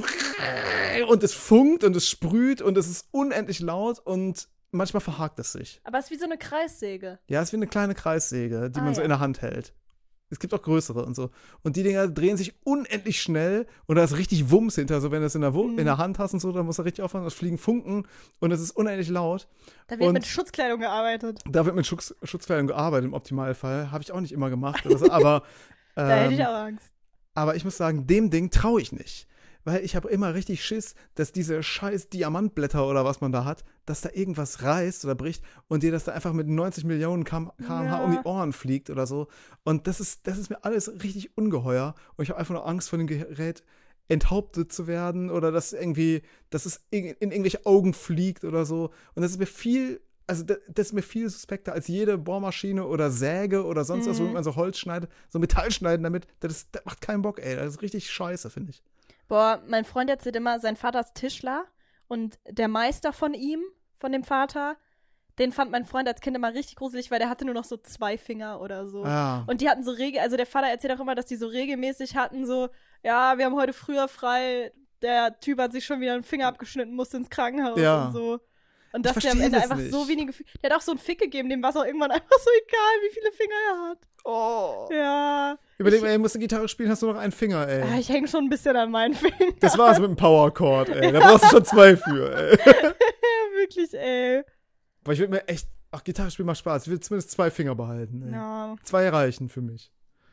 und es funkt und es sprüht und es ist unendlich laut und manchmal verhakt es sich. Aber es ist wie so eine Kreissäge. Ja, es ist wie eine kleine Kreissäge, die Ah, man so ja. in der Hand hält. Es gibt auch größere und so. Und die Dinger drehen sich unendlich schnell und da ist richtig Wumms hinter. So, wenn du es in der, Wu- Mhm. in der Hand hast und so, dann musst du richtig aufpassen. Es fliegen Funken und es ist unendlich laut. Da wird Und- mit Schutzkleidung gearbeitet. Da wird mit Schutz, Schutzkleidung gearbeitet im Optimalfall. Habe ich auch nicht immer gemacht. Oder so, aber, Da hätte ich ähm, auch Angst. aber ich muss sagen, dem Ding traue ich nicht. Weil ich habe immer richtig Schiss, dass diese scheiß Diamantblätter oder was man da hat, dass da irgendwas reißt oder bricht und dir das da einfach mit neunzig Millionen Km- Kilometer pro Stunde um Ja. die Ohren fliegt oder so. Und das ist, das ist mir alles richtig ungeheuer. Und ich habe einfach nur Angst, von dem Gerät enthauptet zu werden oder dass irgendwie, dass es in, in irgendwelche Augen fliegt oder so. Und das ist mir viel, also das, das ist mir viel suspekter als jede Bohrmaschine oder Säge oder sonst was, Mhm. wo man so Holz schneidet, so Metall schneiden damit. Das, ist, das macht keinen Bock, ey. Das ist richtig scheiße, finde ich. Boah, mein Freund erzählt immer, sein Vater ist Tischler und der Meister von ihm, von dem Vater, den fand mein Freund als Kind immer richtig gruselig, weil der hatte nur noch so zwei Finger oder so. Ja. Und die hatten so regel, also der Vater erzählt auch immer, dass die so regelmäßig hatten, so, ja, wir haben heute früher frei, der Typ hat sich schon wieder einen Finger abgeschnitten, musste ins Krankenhaus Ja. und so. Und Ich dass der am verstehe Ende das einfach nicht. so wenige Finger, der hat auch so einen Fick gegeben, dem war es auch irgendwann einfach so egal, wie viele Finger er hat. Oh. Ja. Überleg Ich- mal, ey, musst du Gitarre spielen, hast du noch einen Finger, ey. Ah, ich hänge schon ein bisschen an meinen Fingern. Das war's mit dem Power-Chord, ey. Da brauchst du schon zwei für, ey. Ja, wirklich, ey. Weil ich würde mir echt, ach, Gitarre spielen macht Spaß. Ich will zumindest zwei Finger behalten, ey. Ja. Zwei reichen für mich.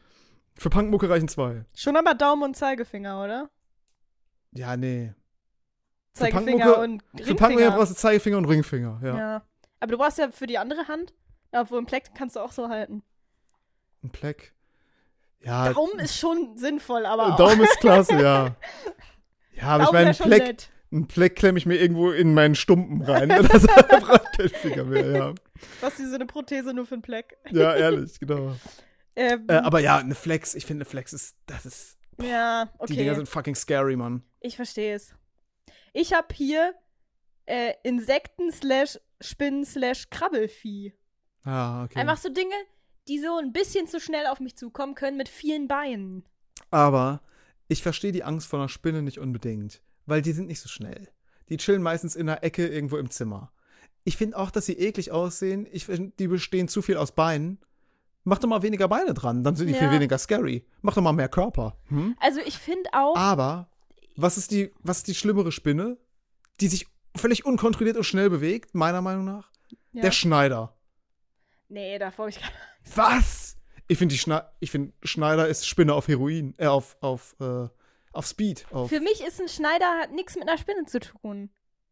Für Punkmucke reichen zwei. Schon aber Daumen und Zeigefinger, oder? Ja, nee. Für Zeigefinger Punkmucke- und Für Punkmucke Ringfinger. brauchst du Zeigefinger und Ringfinger, ja. Ja. Aber du brauchst ja für die andere Hand, obwohl im Pleck kannst du auch so halten. Ein Pleck. Ja, Daumen ist schon sinnvoll, aber auch. Daumen ist klasse, ja. Ja, aber ich Daumen meine, wär ein schon Pleck, nett. ein Pleck klemme ich mir irgendwo in meinen Stumpen rein. Das braucht kein Finger mehr, ja. Was ist so eine Prothese nur für einen Pleck? Ja, ehrlich, genau. Ähm, Äh, aber ja, eine Flex, ich finde, eine Flex ist, das ist, ja, die Dinger okay. sind fucking scary, Mann. Ich verstehe es. Ich habe hier äh, Insekten slash Spinnen slash Krabbelvieh. Ah, okay. Einfach so Dinge, die so ein bisschen zu schnell auf mich zukommen können mit vielen Beinen. Aber ich verstehe die Angst vor einer Spinne nicht unbedingt, weil die sind nicht so schnell. Die chillen meistens in einer Ecke irgendwo im Zimmer. Ich finde auch, dass sie eklig aussehen. Ich finde, die bestehen zu viel aus Beinen. Mach doch mal weniger Beine dran, dann sind die Ja. viel weniger scary. Mach doch mal mehr Körper. Hm? Also ich finde auch, Aber was ist die, was ist die schlimmere Spinne, die sich völlig unkontrolliert und schnell bewegt, meiner Meinung nach? ja. Der Schneider. Nee, davor habe ich keine Was? Ich finde, Schne ich find, Schneider ist Spinne auf Heroin, äh, auf, auf, äh, auf Speed. Auf Für mich ist ein Schneider, hat nichts mit einer Spinne zu tun.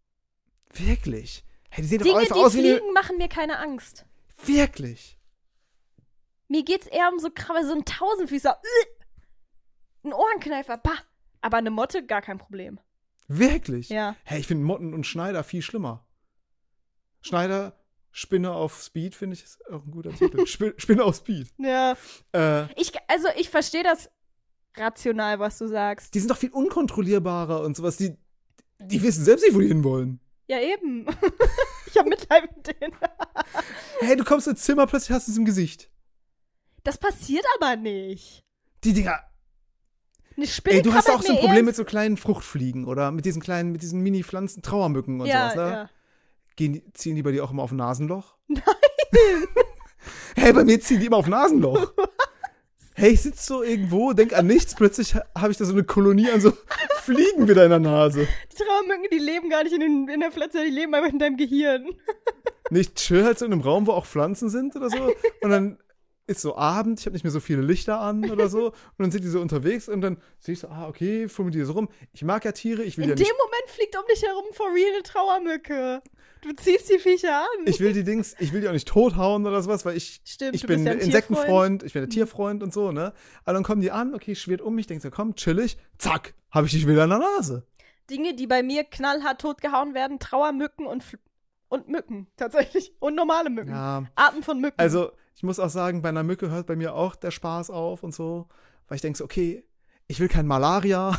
Wirklich? Hey, die sehen doch Dinge, einfach die aus wie eine. fliegen, machen mir keine Angst. Wirklich? Mir geht's eher um so Krabbel, so ein Tausendfüßer. Ein Ohrenkneifer, bah. Aber eine Motte, gar kein Problem. Wirklich? Ja. Hey, ich finde Motten und Schneider viel schlimmer. Schneider, Spinne auf Speed, finde ich, ist auch ein guter Titel. Sp- Spinne auf Speed. Ja. Äh, Ich, also, ich verstehe das rational, was du sagst. die sind doch viel unkontrollierbarer und sowas. Die, die wissen selbst nicht, wo die hinwollen. Ja, eben. Ich habe Mitleid mit denen. Hey, du kommst ins Zimmer, plötzlich hast du es im Gesicht. Das passiert aber nicht. Die Dinger. Eine Spinne Ey, du hast krabbelt auch so ein mir Problem erst- mit so kleinen Fruchtfliegen oder mit diesen kleinen, mit diesen Mini-Pflanzen, Trauermücken und ja, sowas, ne? ja. Gehen die, ziehen die bei dir auch immer auf ein Nasenloch? Nein. Hey, bei mir ziehen die immer auf Nasenloch. Hey, ich sitze so irgendwo, denk an nichts, plötzlich ha- habe ich da so eine Kolonie an so Fliegen wieder in der Nase. Die Trauermücken, die leben gar nicht in, den, in der Pflanze, die leben einfach in deinem Gehirn. Nicht chill halt so in einem Raum, wo auch Pflanzen sind oder so. Und dann ist so Abend, ich habe nicht mehr so viele Lichter an oder so. Und dann sind die so unterwegs und dann sehe ich so, ah, okay, fummel die so rum. Ich mag ja Tiere, ich will In ja dem nicht. Moment fliegt um dich herum for real eine Trauermücke. Du ziehst die Viecher an. Ich will die Dings, ich will die auch nicht tothauen oder sowas, weil ich, Stimmt, ich du bin bist ja ein Insektenfreund, ich bin der Mhm. Tierfreund und so, ne? Aber dann kommen die an, okay, schwirrt um mich, denkst so, komm, chillig, zack, habe ich dich wieder in der Nase. Dinge, die bei mir knallhart totgehauen werden, Trauermücken und, Fl- und Mücken, tatsächlich. Und normale Mücken. Ja, Arten von Mücken. also ich muss auch sagen, bei einer Mücke hört bei mir auch der Spaß auf und so, weil ich denke so, okay, ich will kein Malaria.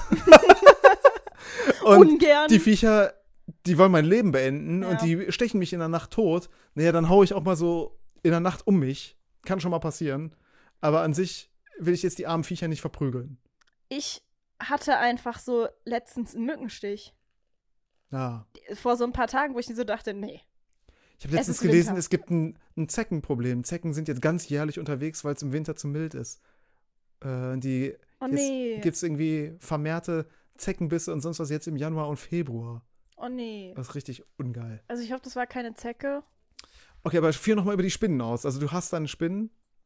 Und ungern. die Viecher, die wollen mein Leben beenden Ja. und die stechen mich in der Nacht tot. Naja, dann hau ich auch mal so in der Nacht um mich. Kann schon mal passieren. Aber an sich will ich jetzt die armen Viecher nicht verprügeln. Ich hatte einfach so letztens einen Mückenstich. Ja. Vor so ein paar Tagen, wo ich so dachte, nee. Ich habe letztens ist gelesen, Winter. es gibt ein, ein Zeckenproblem. Zecken sind jetzt ganz jährlich unterwegs, weil es im Winter zu mild ist. Äh, die Oh jetzt nee. gibt es irgendwie vermehrte Zeckenbisse und sonst was jetzt im Januar und Februar. Oh nee. Das ist richtig ungeil. Also ich hoffe, das war keine Zecke. Okay, aber führ noch mal über die Spinnen aus. Also du hast deine Spinnen.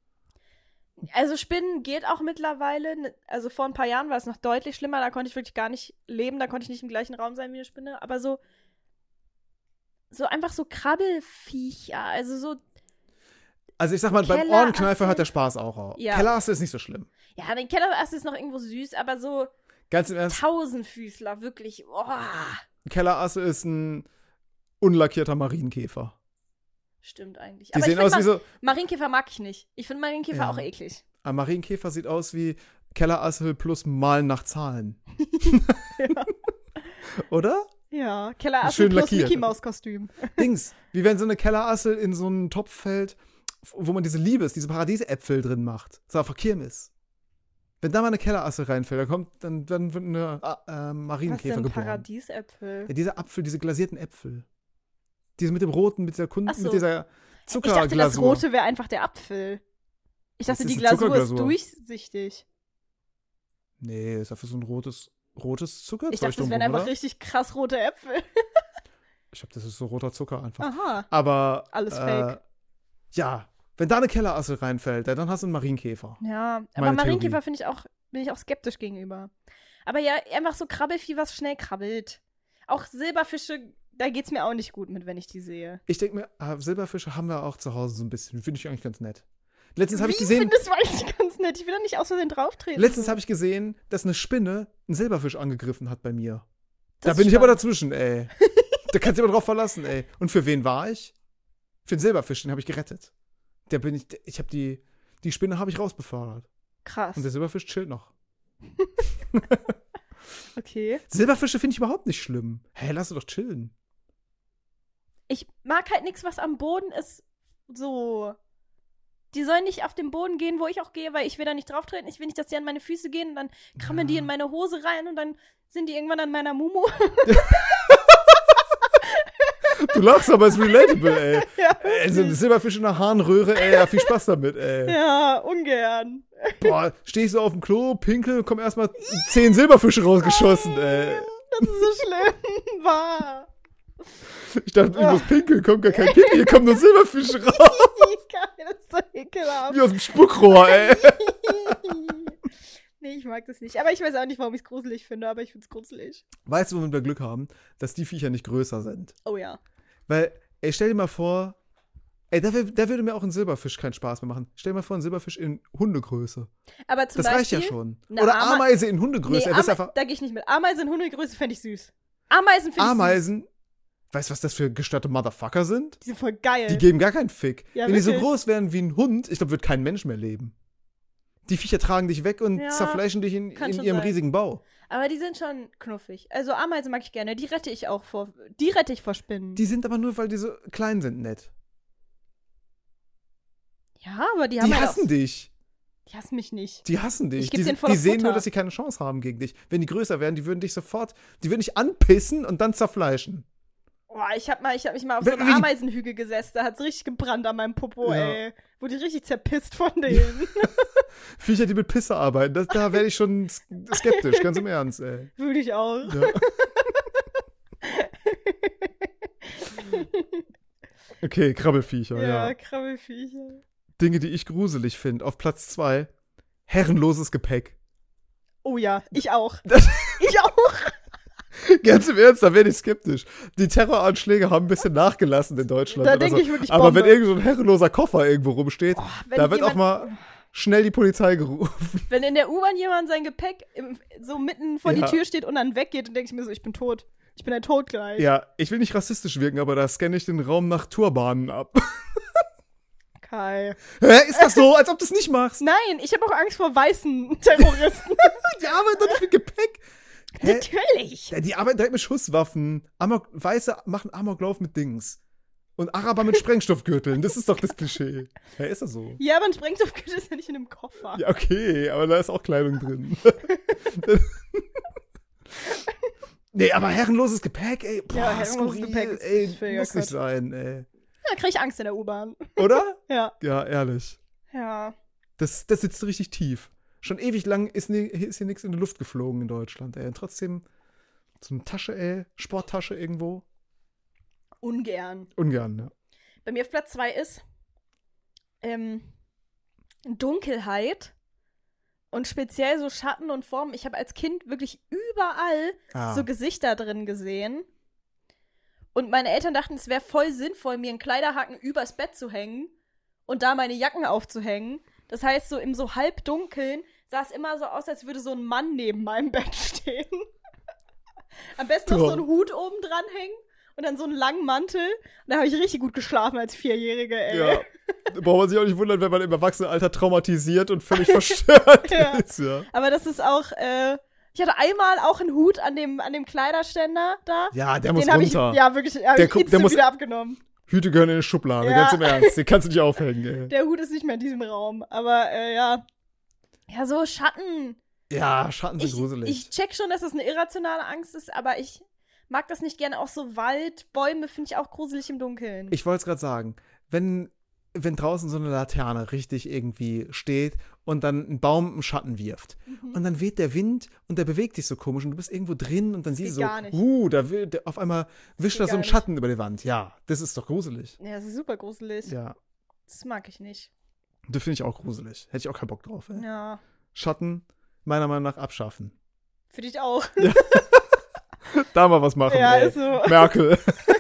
Also Spinnen geht auch mittlerweile. Ne- Also vor ein paar Jahren war es noch deutlich schlimmer. Da konnte ich wirklich gar nicht leben. Da konnte ich nicht im gleichen Raum sein wie eine Spinne. Aber so, so einfach so Krabbelfiecher. Also so, Also ich sag mal, beim Kellerasse. Ohrenkneifer hört der Spaß auch auf. Ja. Kellerasse ist nicht so schlimm. ja, den Kellerast ist noch irgendwo süß, aber so Ganz im Ernst, Tausendfüßler, wirklich. Oh. Kellerasse ist ein unlackierter Marienkäfer. Stimmt eigentlich. Die aber sehen ich aus find wie Ma- so. Marienkäfer mag ich nicht. Ich finde Marienkäfer Ja. auch eklig. Ein Marienkäfer sieht aus wie Kellerasse plus Malen nach Zahlen. Ja. Oder? Ja, Kellerassel Schön plus lackiert. Mickey Maus Kostüm. Dings. Wie wenn so eine Kellerassel in so einen Topf fällt, wo man diese Liebes, diese Paradiesäpfel drin macht. So auf der Kirmes. Wenn da mal eine Kellerassel reinfällt, dann kommt, dann, dann wird eine äh, Was Marienkäfer sind geboren. Paradiesäpfel? Ja, diese Apfel, diese glasierten Äpfel. Diese mit dem roten, mit dieser Kunden, Ach so. mit dieser Ich dachte, das Zuckerglasur. Rote wäre einfach der Apfel. Ich Das dachte, ist die eine Glasur ist Zuckerglasur. durchsichtig. Nee, ist dafür so ein rotes, rotes Zuckerzeug Ich dachte, das drumrum, wären einfach oder? richtig krass rote Äpfel. Ich glaube, das ist so roter Zucker einfach. Aha. Aber Alles äh, fake. Ja, wenn da eine Kellerassel reinfällt, ja, dann hast du einen Marienkäfer. Ja, aber Meine Marienkäfer Theorie. finde ich auch, bin ich auch skeptisch gegenüber. Aber ja, einfach so Krabbelvieh, was schnell krabbelt. Auch Silberfische, da geht's mir auch nicht gut mit, wenn ich die sehe. Ich denke mir, ah, Silberfische haben wir auch zu Hause so ein bisschen. Finde ich eigentlich ganz nett. Letztens habe ich Wie gesehen, findest du eigentlich ganz nett? Ich will da nicht aus Versehen drauftreten. letztens habe ich gesehen, dass eine Spinne einen Silberfisch angegriffen hat bei mir. Das Da ist bin ich aber spannend. dazwischen, ey. Da kannst du aber drauf verlassen, ey. Und für wen war ich? Für den Silberfisch, den habe ich gerettet. Der bin ich, ich habe die, die Spinne habe ich rausbefördert. Krass. Und der Silberfisch chillt noch. Okay. Silberfische finde ich überhaupt nicht schlimm. Hä, lass sie doch chillen. Ich mag halt nichts, was am Boden ist. So. Die sollen nicht auf den Boden gehen, wo ich auch gehe, weil ich will da nicht drauf treten. Ich will nicht, dass die an meine Füße gehen und dann krammen Ja. die in meine Hose rein und dann sind die irgendwann an meiner Mumu. Du lachst, aber es ist relatable, ey. Ja, Ey, so ein Silberfisch in der Harnröhre, ey, ja, viel Spaß damit, ey. ja, ungern. Boah, steh ich so auf dem Klo, pinkel, kommen erstmal zehn Silberfische rausgeschossen, ey. Das ist so schlimm. Wahr. Ich dachte, ich muss pinkeln, kommt gar kein Pipi, hier kommen nur Silberfische raus. Geil, das ist so ekelhaft. Wie aus dem Spuckrohr, ey. Nee, ich mag das nicht. Aber ich weiß auch nicht, warum ich es gruselig finde, aber ich finde es gruselig. Weißt du, womit wir Glück haben? Dass die Viecher nicht größer sind. Oh ja. Weil, ey, stell dir mal vor, Ey, da, wär, da würde mir auch ein Silberfisch keinen Spaß mehr machen. Stell dir mal vor, ein Silberfisch in Hundegröße. Aber zum Das reicht Beispiel, ja schon. eine Oder Ama- Ameise in Hundegröße. Nee, Ey, das ist Ame- einfach da gehe ich nicht mit. Ameisen in Hundegröße fände ich süß. Ameisen finde ich süß. Ameisen. Weißt du, was das für gestörte Motherfucker sind? Die sind voll geil. Die geben gar keinen Fick. Ja, Wenn die so wirklich. groß wären wie ein Hund, ich glaube, wird kein Mensch mehr leben. Die Viecher tragen dich weg und Ja, zerfleischen dich in, kann in schon ihrem sein. riesigen Bau. Aber die sind schon knuffig. Also Ameisen mag ich gerne. Die rette ich auch vor. Die rette ich vor Spinnen. Die sind aber nur, weil die so klein sind, nett. ja, aber die haben Die halt hassen auch, dich. Die hassen mich nicht. Die hassen dich. Ich geb die denen die voll auf sehen Futter. nur, dass sie keine Chance haben gegen dich. Wenn die größer wären, die würden dich sofort, die würden dich anpissen und dann zerfleischen. Boah, ich hab, mal, ich hab mich mal auf Wie- so einem wie- Ameisenhügel gesessen. Da hat's richtig gebrannt an meinem Popo, Ja. ey. Wurde ich richtig zerpisst von denen. Viecher, die mit Pisse arbeiten, das, da werde ich schon s- skeptisch, ganz im Ernst, ey. Würde ich auch. Ja. Okay, Krabbelfiecher, ja. Ja, Krabbelfiecher. Dinge, die ich gruselig finde. Auf Platz zwei, herrenloses Gepäck. Oh ja, ich auch. Das- Ich auch. Ganz im Ernst, da werde ich skeptisch. Die Terroranschläge haben ein bisschen nachgelassen in Deutschland. Da oder denke so. ich wirklich Aber Bombe. wenn irgend so ein herrenloser Koffer irgendwo rumsteht, Wenn da wird auch jemand- mal schnell die Polizei gerufen. Wenn in der U-Bahn jemand sein Gepäck im, so mitten vor Ja. die Tür steht und dann weggeht, dann denke ich mir so, ich bin tot. Ich bin ein Tod gleich. Ja, ich will nicht rassistisch wirken, aber da scanne ich den Raum nach Turbanen ab. Kai. Hä, ist das so, als ob du es nicht machst? Nein, ich habe auch Angst vor weißen Terroristen. Die arbeiten doch nicht mit Gepäck. Hä? Natürlich. Ja, die arbeiten direkt mit Schusswaffen. Amok, Weiße machen Amoklauf mit Dings. Und Araber mit Sprengstoffgürteln. Das ist doch das Klischee. Ja, ist das so? Ja, aber ein Sprengstoffgürtel ist ja nicht in einem Koffer. Ja, okay, aber da ist auch Kleidung drin. Nee, aber herrenloses Gepäck, ey. Boah, Ja, herrenloses skurril, Gepäck ist ey, völliger muss nicht Quatsch. sein, ey. Da krieg ich Angst in der U-Bahn. Oder? Ja. Ja, ehrlich. Ja. Das, das sitzt richtig tief. Schon ewig lang ist, nie, ist hier nichts in die Luft geflogen in Deutschland, ey. Und trotzdem so eine Tasche, ey, Sporttasche irgendwo. Ungern. Ungern, ja. Bei mir auf Platz zwei ist ähm, Dunkelheit und speziell so Schatten und Formen. Ich habe als Kind wirklich überall Ah. so Gesichter drin gesehen. Und meine Eltern dachten, es wäre voll sinnvoll, mir einen Kleiderhaken übers Bett zu hängen und da meine Jacken aufzuhängen. Das heißt, so im so halbdunkeln sah es immer so aus, als würde so ein Mann neben meinem Bett stehen. Am besten noch so einen Hut oben dran hängen und dann so einen langen Mantel. Und da habe ich richtig gut geschlafen als Vierjährige, ey. Ja. Da braucht man sich auch nicht wundern, wenn man im Erwachsenenalter traumatisiert und völlig verstört Ja. ist, ja. Aber das ist auch, äh, ich hatte einmal auch einen Hut an dem, an dem Kleiderständer da. Ja, der muss Den habe ich, runter. ja, wirklich, habe Der ich gu- der instant muss- wieder abgenommen. Hüte gehören in eine Schublade, Ja. ganz im Ernst. Den kannst du nicht aufhängen, ey. Der Hut ist nicht mehr in diesem Raum. Aber, äh, ja. Ja, so Schatten. Ja, Schatten sind Ich, gruselig. ich check schon, dass das eine irrationale Angst ist, aber ich mag das nicht gerne. Auch so Wald, Bäume finde ich auch gruselig im Dunkeln. Ich wollte es gerade sagen, wenn, wenn draußen so eine Laterne richtig irgendwie steht und dann ein Baum einen Schatten wirft Mhm. und dann weht der Wind und der bewegt sich so komisch und du bist irgendwo drin und dann siehst du geht so, gar nicht. uh, da will, der, auf einmal wischt geht da so gar ein nicht. Schatten über die Wand. Ja, das ist doch gruselig. Ja, das ist super gruselig. Ja, Das mag ich nicht. das finde ich auch gruselig. Hätte ich auch keinen Bock drauf, ey. Ja. Schatten, meiner Meinung nach, abschaffen. Für dich auch. Da mal was machen, Ja, ey. ist so. Merkel.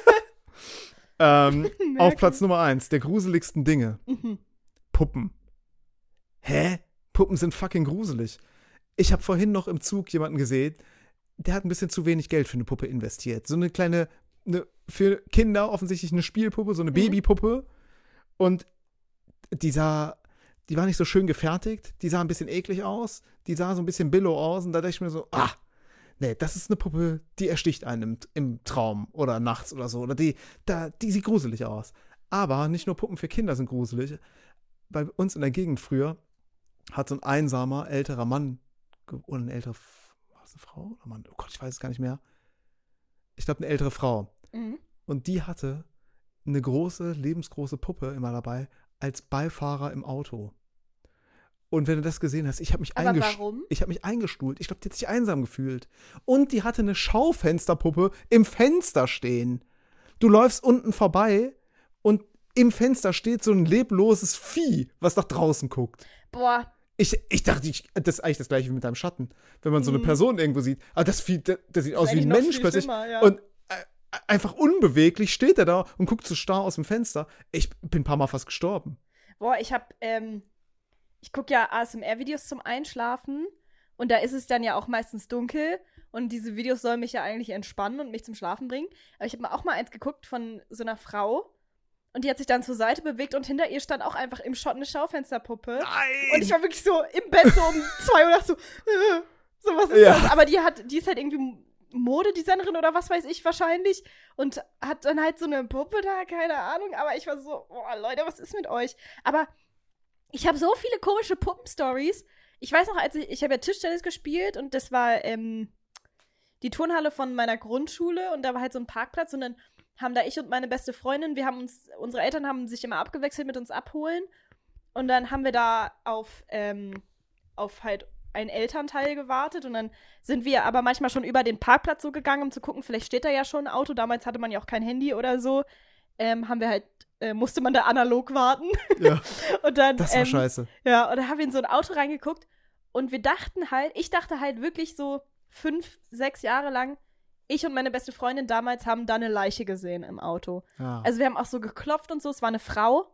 ähm, auf Merkel. Platz Nummer eins, der gruseligsten Dinge. Mhm. Puppen. Hä? Puppen sind fucking gruselig. Ich habe vorhin noch im Zug jemanden gesehen, der hat ein bisschen zu wenig Geld für eine Puppe investiert. So eine kleine, eine, für Kinder offensichtlich eine Spielpuppe, so eine Mhm. Babypuppe. Und die sah, die war nicht so schön gefertigt, die sah ein bisschen eklig aus, die sah so ein bisschen billow aus und da dachte ich mir so, ah, nee, das ist eine Puppe, die ersticht einen im, im Traum oder nachts oder so. Oder die, da, die sieht gruselig aus. Aber nicht nur Puppen für Kinder sind gruselig. Bei uns in der Gegend früher hat so ein einsamer, älterer Mann, ge- oder eine ältere, F- war das eine Frau oder Mann? Oh Gott, ich weiß es gar nicht mehr. Ich glaube, eine ältere Frau. Mhm. Und die hatte eine große, lebensgroße Puppe immer dabei, als Beifahrer im Auto. Und wenn du das gesehen hast, ich habe mich, Aber eingesch- warum? ich hab mich eingestuhlt. Ich glaube, die hat sich einsam gefühlt. Und die hatte eine Schaufensterpuppe im Fenster stehen. Du läufst unten vorbei und im Fenster steht so ein lebloses Vieh, was nach draußen guckt. Boah, Ich, ich dachte, ich, das ist eigentlich das gleiche wie mit deinem Schatten. Wenn man so eine Mhm. Person irgendwo sieht, aber das Vieh, das, das sieht ist aus wie eigentlich ein noch Mensch viel plötzlich. schlimmer, ja. Und äh, einfach unbeweglich steht er da und guckt so starr aus dem Fenster. Ich bin ein paar Mal fast gestorben. Boah, ich hab, ähm, ich gucke ja A S M R-Videos zum Einschlafen und da ist es dann ja auch meistens dunkel und diese Videos sollen mich ja eigentlich entspannen und mich zum Schlafen bringen. Aber ich habe mir auch mal eins geguckt von so einer Frau und die hat sich dann zur Seite bewegt und hinter ihr stand auch einfach im Shot eine Schaufensterpuppe. Nein! Und ich war wirklich so im Bett so um zwei Uhr dachte so, äh, so was ist Ja. das? Aber die hat, die ist halt irgendwie Modedesignerin oder was weiß ich wahrscheinlich und hat dann halt so eine Puppe da, keine Ahnung. Aber ich war so, boah, Leute, was ist mit euch? Aber ich habe so viele komische Puppenstories. Ich weiß noch, als ich, ich habe ja Tischtennis gespielt und das war ähm, die Turnhalle von meiner Grundschule und da war halt so ein Parkplatz und dann haben da ich und meine beste Freundin, wir haben uns, unsere Eltern haben sich immer abgewechselt mit uns abholen und dann haben wir da auf, ähm, auf halt einen Elternteil gewartet und dann sind wir aber manchmal schon über den Parkplatz so gegangen, um zu gucken, vielleicht steht da ja schon ein Auto, damals hatte man ja auch kein Handy oder so, ähm, haben wir halt, äh, musste man da analog warten. Ja, und dann, das war ähm, scheiße. Ja, und da haben wir in so ein Auto reingeguckt und wir dachten halt, ich dachte halt wirklich so fünf, sechs Jahre lang, ich und meine beste Freundin damals haben da eine Leiche gesehen im Auto. Ja. Also wir haben auch so geklopft und so, es war eine Frau.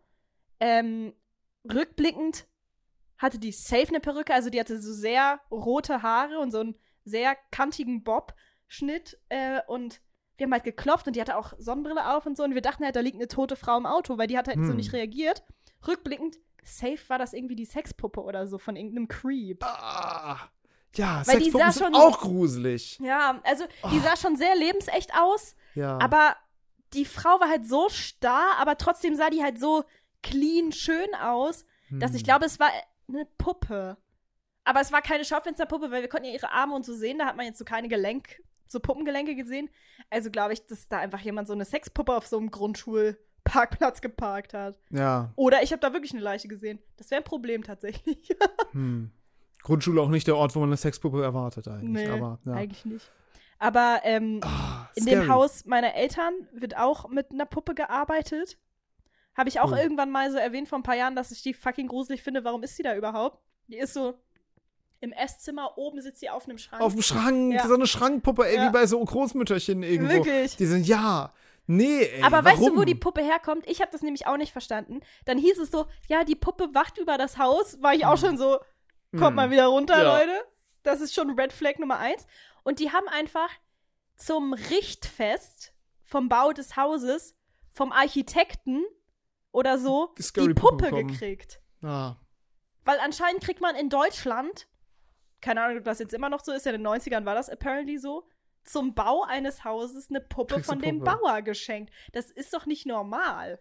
Ähm, rückblickend hatte die safe eine Perücke, also die hatte so sehr rote Haare und so einen sehr kantigen Bob-Schnitt äh, und wir haben halt geklopft und die hatte auch Sonnenbrille auf und so und wir dachten halt, da liegt eine tote Frau im Auto, weil die hat halt Hm. so nicht reagiert. Rückblickend, safe war das irgendwie die Sexpuppe oder so von irgendeinem Creep. Ah, ja, Weil die Sexpuppen sah sind schon- auch gruselig. Ja, also die Oh. sah schon sehr lebensecht aus, Ja. aber die Frau war halt so starr, aber trotzdem sah die halt so clean schön aus, dass Hm. ich glaube, es war eine Puppe. Aber es war keine Schaufensterpuppe, weil wir konnten ja ihre Arme und so sehen, da hat man jetzt so keine Gelenk, so Puppengelenke gesehen. Also glaube ich, dass da einfach jemand so eine Sexpuppe auf so einem Grundschulparkplatz geparkt hat. Ja. Oder ich habe da wirklich eine Leiche gesehen. Das wäre ein Problem tatsächlich. Hm. Grundschule auch nicht der Ort, wo man eine Sexpuppe erwartet eigentlich. Nee, aber, ja. eigentlich nicht. Aber ähm, Ah, in scary. dem Haus meiner Eltern wird auch mit einer Puppe gearbeitet. Habe ich auch Oh. irgendwann mal so erwähnt vor ein paar Jahren, dass ich die fucking gruselig finde. Warum ist sie da überhaupt? Die ist so im Esszimmer, oben sitzt sie auf einem Schrank. Auf dem Schrank, Ja. so eine Schrankpuppe, ey, Ja. wie bei so Großmütterchen irgendwo. Wirklich? Die sind, ja, nee, ey, Aber warum? weißt du, wo die Puppe herkommt? Ich habe das nämlich auch nicht verstanden. Dann hieß es so, ja, die Puppe wacht über das Haus. War ich auch schon so, kommt Hm. mal wieder runter, Ja. Leute. Das ist schon Red Flag Nummer eins. Und die haben einfach zum Richtfest vom Bau des Hauses vom Architekten oder so Scary die Puppe Puppe bekommen. gekriegt. Ah, Weil anscheinend kriegt man in Deutschland, keine Ahnung, ob das jetzt immer noch so ist, ja in den neunzigern war das apparently so, zum Bau eines Hauses eine Puppe Kriegst von eine dem Puppe. Bauer geschenkt. Das ist doch nicht normal.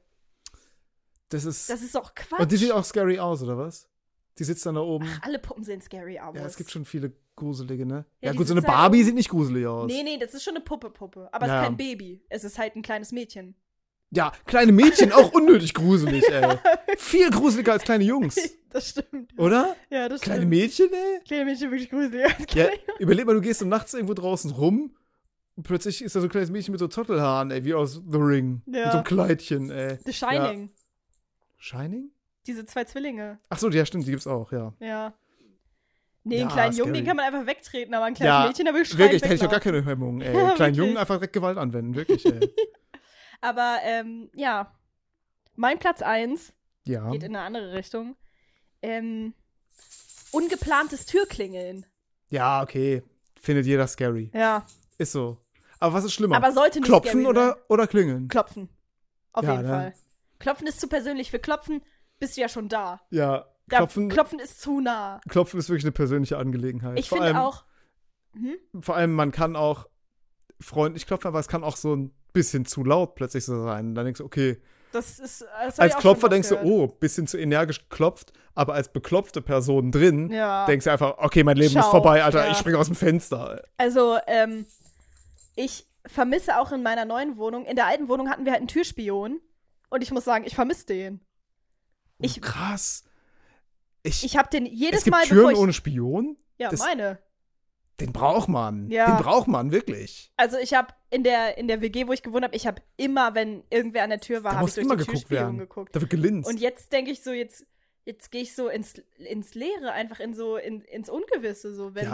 das ist, Das ist doch Quatsch. und die sieht auch scary aus, oder was? Die sitzt dann da oben. Ach, alle Puppen sehen scary aus. Ja, es gibt schon viele gruselige, ne? Ja, Ja, die gut, so eine sitzt halt Barbie oben. sieht nicht gruselig aus. Nee, nee, das ist schon eine Puppe-Puppe. Aber es Ja. ist kein Baby. Es ist halt ein kleines Mädchen. Ja, kleine Mädchen auch unnötig gruselig, ey. Viel gruseliger als kleine Jungs, Das stimmt. oder? Ja, das Kleine stimmt. Mädchen, ey? Kleine Mädchen wirklich gruselig. als Ja, kleine- überleg mal, du gehst so nachts irgendwo draußen rum und plötzlich ist da so ein kleines Mädchen mit so Zottelhaaren, ey, wie aus The Ring. Ja. Mit so einem Kleidchen, ey. The Shining. Shining? Diese zwei Zwillinge. Ach so, ja, stimmt, die gibt's auch, ja. Ja. Nee, Ja, einen kleinen Jungen, scary. den kann man einfach wegtreten, aber ein kleines Ja, Mädchen, da will ich schreien, Wirklich, da hätte ich doch gar weglaufen. keine Hemmung, ey. Ja, Kleinen wirklich. Jungen einfach direkt Gewalt anwenden, wirklich, ey. Aber, ähm, ja. Mein Platz eins Ja. geht in eine andere Richtung. Ähm, ungeplantes Türklingeln. Ja, okay. Findet jeder scary. Ja. Ist so. Aber was ist schlimmer? Aber sollte nicht Klopfen scary oder, sein. oder klingeln? Klopfen. Auf Ja, jeden ne? Fall. Klopfen ist zu persönlich. Für Klopfen bist du ja schon da. Ja. Da, Klopfen, Klopfen ist zu nah. Klopfen ist wirklich eine persönliche Angelegenheit. Ich Vor finde allem- auch. Hm? Vor allem, man kann auch freundlich klopfen, aber es kann auch so ein bisschen zu laut plötzlich so sein. Dann denkst du, okay. Das ist. Das hab ich Als auch Klopfer schon denkst du, oft gehört. oh, bisschen zu energisch geklopft, aber als beklopfte Person drin Ja. denkst du einfach, okay, mein Leben ist Schau, vorbei, Alter, ja. ich springe aus dem Fenster. Also, ähm, ich vermisse auch in meiner neuen Wohnung. In der alten Wohnung hatten wir halt einen Türspion. Und ich muss sagen, ich vermisse den. Ich- oh, krass. Ich, Ich habe den jedes es gibt Mal, Türen bevor ich. ohne Spion? Ja, das- meine. Den braucht man. Ja. Den braucht man, wirklich. Also ich habe in der, in der W G, wo ich gewohnt habe, ich habe immer, wenn irgendwer an der Tür war, Da habe ich muss durch immer den geguckt Türspion werden. geguckt. Da wird gelinst. Und jetzt denke ich so, jetzt, jetzt gehe ich so ins, ins Leere, einfach in so in, ins Ungewisse, so wenn's, Ja.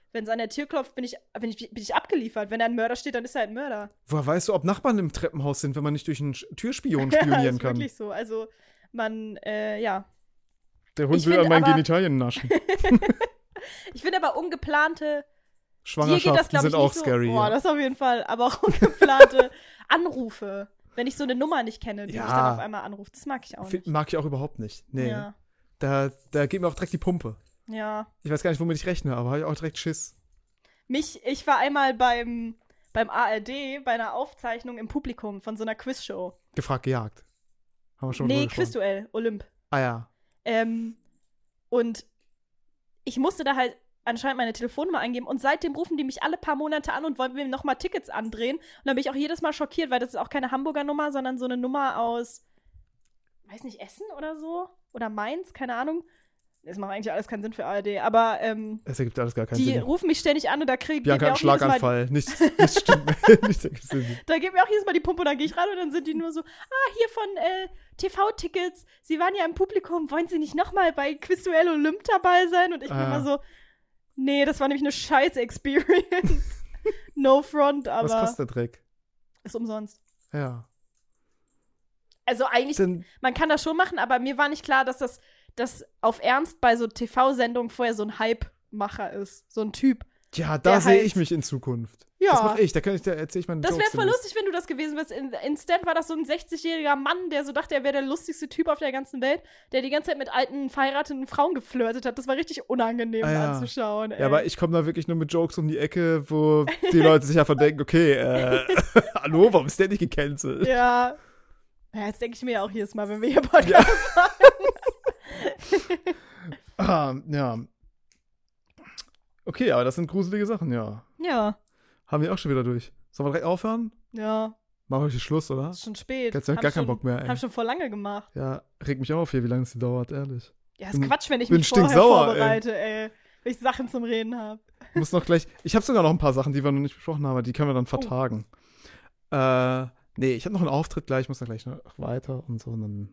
Wenn es an der Tür klopft, bin ich, bin, ich, bin ich abgeliefert. Wenn da ein Mörder steht, dann ist er ein Mörder. Woher weißt du, ob Nachbarn im Treppenhaus sind, wenn man nicht durch einen Sch- Türspion Ja, spionieren ist kann? wirklich so. Also, man, äh, ja. Der Hund Ich will find an meinen aber- Genitalien naschen. Ich finde aber ungeplante, dir geht das, Schwangerschaften glaube ich, sind nicht auch so. scary. Boah, ja. das auf jeden Fall. Aber auch ungeplante Anrufe. Wenn ich so eine Nummer nicht kenne, die Ja. mich dann auf einmal anruft. Das mag ich auch Find- nicht. Mag ich auch überhaupt nicht. Nee. Ja. Da, da geht mir auch direkt die Pumpe. Ja. Ich weiß gar nicht, womit ich rechne, aber habe ich auch direkt Schiss. Mich, ich war einmal beim, beim A R D bei einer Aufzeichnung im Publikum von so einer Quizshow. Gefragt, gejagt. Haben wir schon Nee, drüber gesprochen. Quizduell, Olymp. Ah ja. Ähm, und ich musste da halt anscheinend meine Telefonnummer eingeben und seitdem rufen die mich alle paar Monate an und wollen mir nochmal Tickets andrehen. Und dann bin ich auch jedes Mal schockiert, weil das ist auch keine Hamburger Nummer, sondern so eine Nummer aus, weiß nicht, Essen oder so? Oder Mainz, keine Ahnung. Das macht eigentlich alles keinen Sinn für A R D, aber ähm, Es ergibt alles gar keinen die Sinn. rufen mich ständig an und da kriegen Bianca mir hat auch einen jedes Mal, Schlaganfall. Nichts, nichts stimmt mehr. Nichts ergibt Sinn. da geht mir auch jedes Mal die Pumpe und dann gehe ich ran und dann sind die nur so, ah, hier von äh, T V-Tickets, Sie waren ja im Publikum, wollen Sie nicht nochmal bei Quizduell Olymp dabei sein? Und ich bin Ah. immer so, nee, das war nämlich eine scheiß Experience. No front, aber Was kostet der Dreck? ist umsonst. Ja. Also eigentlich, Denn, man kann das schon machen, aber mir war nicht klar, dass das dass auf Ernst bei so T V-Sendungen vorher so ein Hype-Macher ist. So ein Typ. ja, da der sehe halt- ich mich in Zukunft. Ja. Das mache ich. Da, kann ich, da erzähle ich meine Das wäre Jokes voll demnächst. lustig, wenn du das gewesen wärst. In, instead war das so ein sechzigjähriger Mann, der so dachte, er wäre der lustigste Typ auf der ganzen Welt, der die ganze Zeit mit alten, verheirateten Frauen geflirtet hat. Das war richtig unangenehm Ah, ja. anzuschauen. Ey. Ja, aber ich komme da wirklich nur mit Jokes um die Ecke, wo die Leute sich einfach denken, okay, äh, hallo, warum ist der nicht gecancelt? Ja. Ja, jetzt denke ich mir ja auch jedes Mal, wenn wir hier Podcast Ja. machen. Ah, ja. Okay, aber das sind gruselige Sachen, ja. Ja. Haben wir auch schon wieder durch. Sollen wir direkt aufhören? Ja. Machen wir hier Schluss, oder? Ist schon spät. Jetzt hab ich Haben gar keinen schon- Bock mehr, ey. Haben schon vor lange gemacht. Ja, regt mich auch auf hier, wie lange es hier dauert, ehrlich. Ja, ist Bin- Quatsch, wenn ich bin mich vorher stinksauer, vorbereite, ey. Wenn ich Sachen zum Reden habe. Ich muss noch gleich. Ich habe sogar noch ein paar Sachen, die wir noch nicht besprochen haben, aber die können wir Oh. dann vertagen. Äh, nee, ich habe noch einen Auftritt gleich, muss dann gleich noch weiter und so. Und dann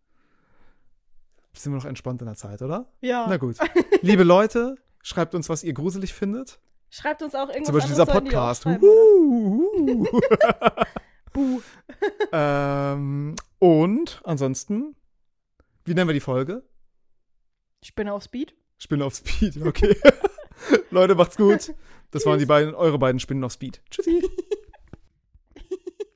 sind wir noch entspannt in der Zeit, oder? Ja. Na gut. Liebe Leute, schreibt uns, was ihr gruselig findet. Schreibt uns auch irgendwas Zum Beispiel dieser anderes, sollten die auch Podcast. schreiben, Uhuhu. oder? Buh. ähm, und ansonsten, wie nennen wir die Folge? Spinne auf Speed. Spinne auf Speed, okay. Leute, macht's gut. Das waren die beiden, eure beiden Spinnen auf Speed. Tschüssi.